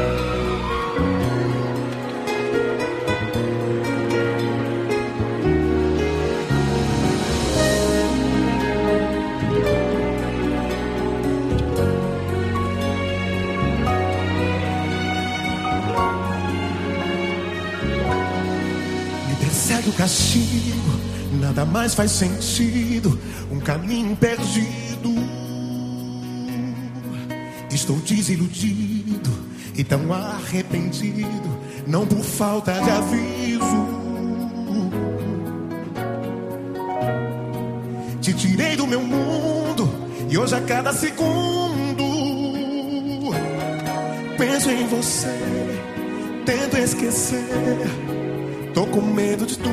Speaker 6: Segue o castigo, nada mais faz sentido, um caminho perdido. Estou desiludido e tão arrependido, não por falta de aviso. Te tirei do meu mundo e hoje a cada segundo penso em você, tento esquecer. Tô com medo de tudo.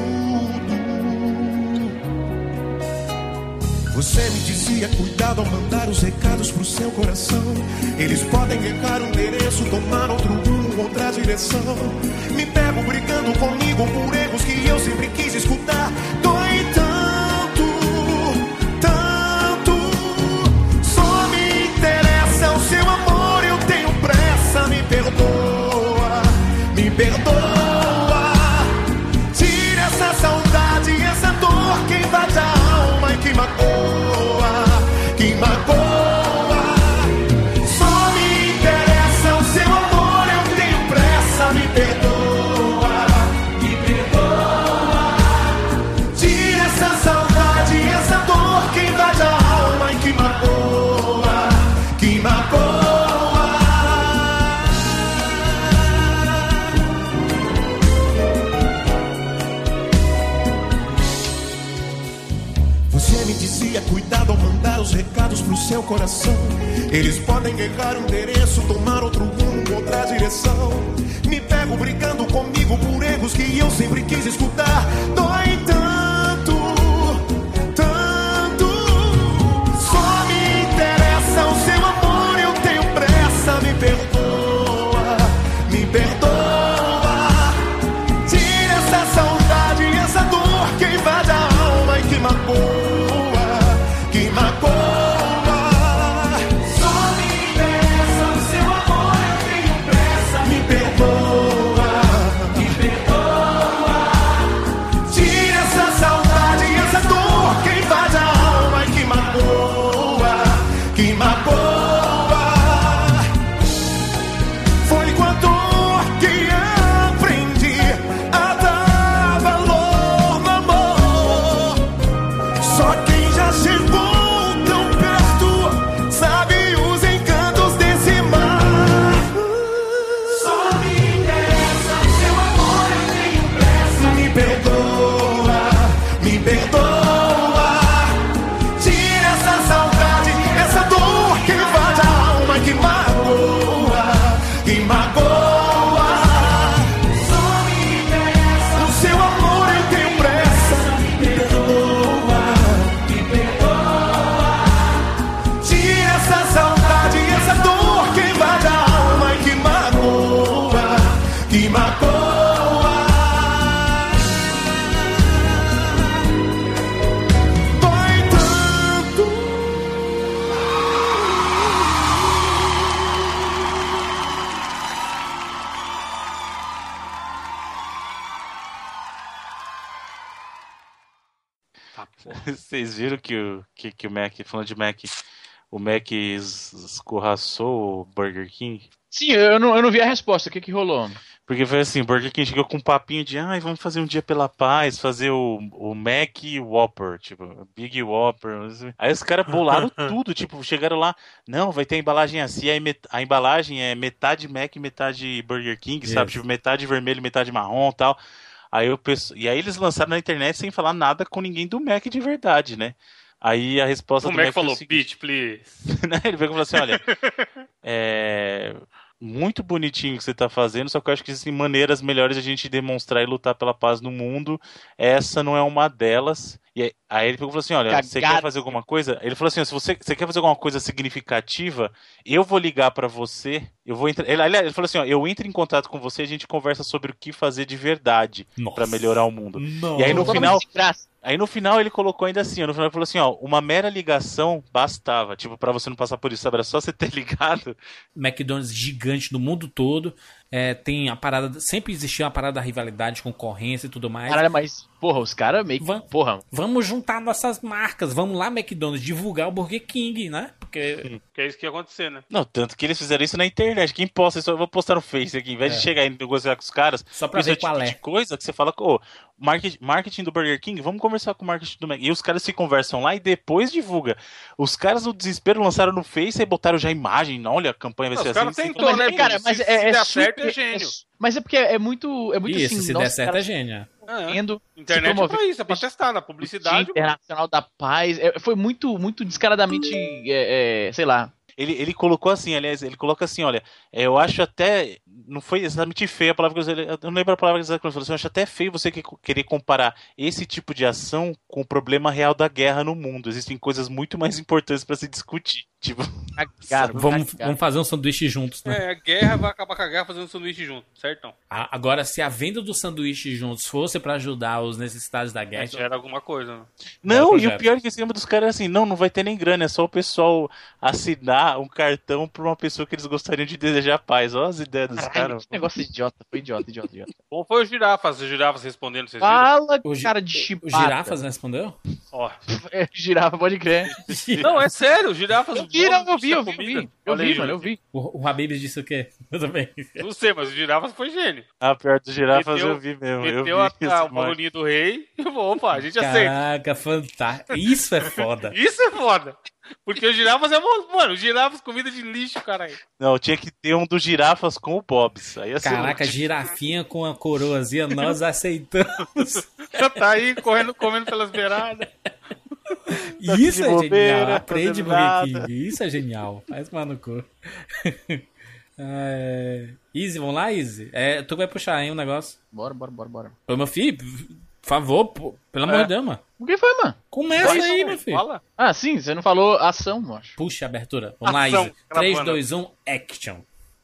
Speaker 6: Você me dizia cuidado ao mandar os recados pro seu coração. Eles podem errar o endereço, tomar outro rumo, outra direção. Me pego brigando comigo por erros que eu sempre quis escutar. Dói tanto, tanto. Só me interessa o seu amor, eu tenho pressa. Me perdoa, me perdoa. Essa saudade, essa dor que invade a alma e que magoa, que magoa. Só me interessa o seu amor, eu tenho pressa, me perdoa, me perdoa. seu coração. Eles podem errar o endereço, tomar outro rumo, outra direção. Me pego brigando comigo por erros que eu sempre quis escutar. Dói tanto, tanto. Só me interessa o seu amor, eu tenho pressa. Me perdoa, me perdoa. Tira essa saudade, essa dor que invade a alma e que magoa, que magoa.
Speaker 4: Vocês viram que o, que, que o Mac, falando de Mac, o Mac es- escorraçou o Burger King?
Speaker 1: Sim, eu não, eu não vi a resposta. O que que rolou?
Speaker 4: Porque foi assim, o Burger King chegou com um papinho de ai, vamos fazer um dia pela paz, fazer o, o Mac Whopper, tipo, Big Whopper. Aí os caras bolaram tudo, tipo, chegaram lá, não, vai ter a embalagem assim, aí met- a embalagem é metade Mac, metade Burger King, sabe?
Speaker 2: Isso.
Speaker 4: Tipo, metade vermelho, metade marrom e tal. Aí eu penso, e aí eles lançaram na internet sem falar nada com ninguém do Mac de verdade, né? Aí a resposta
Speaker 3: O
Speaker 4: do
Speaker 3: Mac
Speaker 4: Mac foi
Speaker 3: falou,
Speaker 4: o seguinte,
Speaker 3: bitch, please.
Speaker 4: né? Ele pegou e falou assim, olha, é muito bonitinho o que você tá fazendo, só que eu acho que existem maneiras melhores de a gente demonstrar e lutar pela paz no mundo. Essa não é uma delas. E aí, aí ele pegou e falou assim, olha,
Speaker 1: Cagado.
Speaker 4: você quer fazer alguma coisa? Ele falou assim, ó, se você, você quer fazer alguma coisa significativa, eu vou ligar pra você, eu vou entrar... Ele, aliás, ele falou assim, ó, eu entro em contato com você e a gente conversa sobre o que fazer de verdade
Speaker 2: Nossa.
Speaker 4: pra melhorar o mundo.
Speaker 2: Não.
Speaker 4: E aí no
Speaker 1: Vamos
Speaker 4: final...
Speaker 1: de graça.
Speaker 4: Aí no final ele colocou ainda assim, ó, no final ele falou assim, ó, uma mera ligação bastava, tipo, pra você não passar por isso, sabe? Era só você ter ligado.
Speaker 2: McDonald's gigante no mundo todo. É, tem a parada. Sempre existiu uma parada da rivalidade, concorrência e tudo mais.
Speaker 1: Caralho, mas, porra, os caras meio que.
Speaker 2: Vam-
Speaker 1: Porra.
Speaker 2: Vamos juntar nossas marcas. Vamos lá, McDonald's, divulgar o Burger King, né? Porque.
Speaker 3: Que é isso que ia acontecer, né?
Speaker 4: Não, tanto que eles fizeram isso na internet. Quem posta isso, eu vou postar no Face aqui. Em vez
Speaker 2: É.
Speaker 4: de chegar e negociar com os caras,
Speaker 2: Só pra
Speaker 4: isso
Speaker 2: ver
Speaker 4: é o
Speaker 2: qual
Speaker 4: tipo
Speaker 2: é.
Speaker 4: de coisa que você fala, ô, marketing, marketing do Burger King, vamos conversar com o marketing do Mac. E os caras se conversam lá e depois divulga. Os caras no desespero lançaram no Face e botaram já a imagem. Olha, a campanha vai
Speaker 3: Não,
Speaker 4: ser
Speaker 3: os
Speaker 4: assim.
Speaker 3: caras
Speaker 4: assim,
Speaker 3: tentou,
Speaker 4: assim.
Speaker 3: né,
Speaker 1: Mas, cara,
Speaker 3: bicho?
Speaker 1: mas
Speaker 3: Se-
Speaker 1: é,
Speaker 3: se
Speaker 1: é
Speaker 3: der
Speaker 1: super-
Speaker 3: certo, é gênio.
Speaker 1: mas é porque é muito. É muito
Speaker 2: Isso,
Speaker 1: assim.
Speaker 2: se
Speaker 1: nossa,
Speaker 2: der certo,
Speaker 1: cara,
Speaker 2: é gênio.
Speaker 3: Ah,
Speaker 1: tendo
Speaker 3: internet
Speaker 1: se
Speaker 3: é
Speaker 1: promover-
Speaker 3: pra isso, é pra testar, na publicidade.
Speaker 1: Dia Internacional da Paz. É, foi muito, muito descaradamente. É, é, sei lá.
Speaker 4: Ele, ele colocou assim, aliás, ele coloca assim, olha, é, eu acho até, não foi exatamente feio a palavra que eu usei, eu não lembro a palavra exata que ele falou, assim, eu acho até feio você que- querer comparar esse tipo de ação com o problema real da guerra no mundo. Existem coisas muito mais importantes pra se discutir. Tipo,
Speaker 1: Cagado,
Speaker 2: Vamos,
Speaker 1: cagado.
Speaker 2: vamos fazer um sanduíche juntos, né?
Speaker 3: É, a guerra vai acabar com a guerra fazendo sanduíche junto, certo?
Speaker 2: A- Agora, se a venda do sanduíche juntos fosse pra ajudar os necessitados da guerra.
Speaker 3: É, gera alguma coisa, né?
Speaker 4: não,
Speaker 2: o
Speaker 4: e o
Speaker 2: projeto.
Speaker 4: pior é que esse esquema dos caras é assim, não, não vai ter nem grana, é só o pessoal assinar um cartão pra uma pessoa que eles gostariam de desejar paz. Olha as ideias dos
Speaker 1: Caralho,
Speaker 4: caras.
Speaker 1: que negócio idiota. Foi idiota, idiota, idiota.
Speaker 3: Bom, foi o girafas, os girafas respondendo, vocês viram?
Speaker 1: Fala,
Speaker 2: O gi-
Speaker 1: cara de
Speaker 2: O
Speaker 1: chibata.
Speaker 2: Girafas respondeu?
Speaker 3: Ó.
Speaker 1: É, girafa, pode crer.
Speaker 3: Não, é sério, os girafas.
Speaker 1: Eu vi, não, eu vi,
Speaker 3: Isso é
Speaker 1: eu vi, eu
Speaker 3: comida.
Speaker 1: vi. Eu
Speaker 3: Olha
Speaker 1: vi,
Speaker 3: aí,
Speaker 1: mano, eu
Speaker 3: Júlio.
Speaker 1: vi.
Speaker 2: O, o Habibs disse o quê? Eu também.
Speaker 3: Não sei, mas os girafas foi gênio.
Speaker 4: Ah, pior dos girafas
Speaker 3: Meteu-
Speaker 4: eu vi mesmo. Eu vi
Speaker 3: Meteu a, a,
Speaker 4: esse
Speaker 3: o
Speaker 4: monte.
Speaker 3: baloninho do rei e opa, a gente aceita.
Speaker 2: Caraca, fantástico. Isso é foda.
Speaker 3: Isso é foda. Porque os girafas é. mo- Mano, os girafas comida de lixo, caralho.
Speaker 4: Não, tinha que ter um dos girafas com o Bob's. Aí ia ser
Speaker 2: Caraca,
Speaker 4: louco.
Speaker 2: girafinha com a coroazinha, nós aceitamos.
Speaker 3: Já tá aí correndo, comendo pelas beiradas.
Speaker 2: Isso é
Speaker 4: bobeira,
Speaker 2: genial. Aprende Burger
Speaker 4: nada.
Speaker 2: King. Isso é genial. Faz tomar no cu. É... Easy, vamos lá, Easy? É, tu vai puxar, hein, um negócio.
Speaker 1: Bora, bora, bora, bora.
Speaker 2: Ô, meu filho, por favor, pô, pelo amor
Speaker 3: É.
Speaker 2: de Deus, mano.
Speaker 1: O que foi, mano?
Speaker 2: Começa
Speaker 3: Isso,
Speaker 2: aí, meu filho.
Speaker 3: Fala.
Speaker 1: Ah, sim, você não falou ação, moço.
Speaker 2: Puxa a abertura. Vamos
Speaker 3: Ação,
Speaker 2: lá, Easy. três,
Speaker 3: gravando.
Speaker 2: dois, um, action.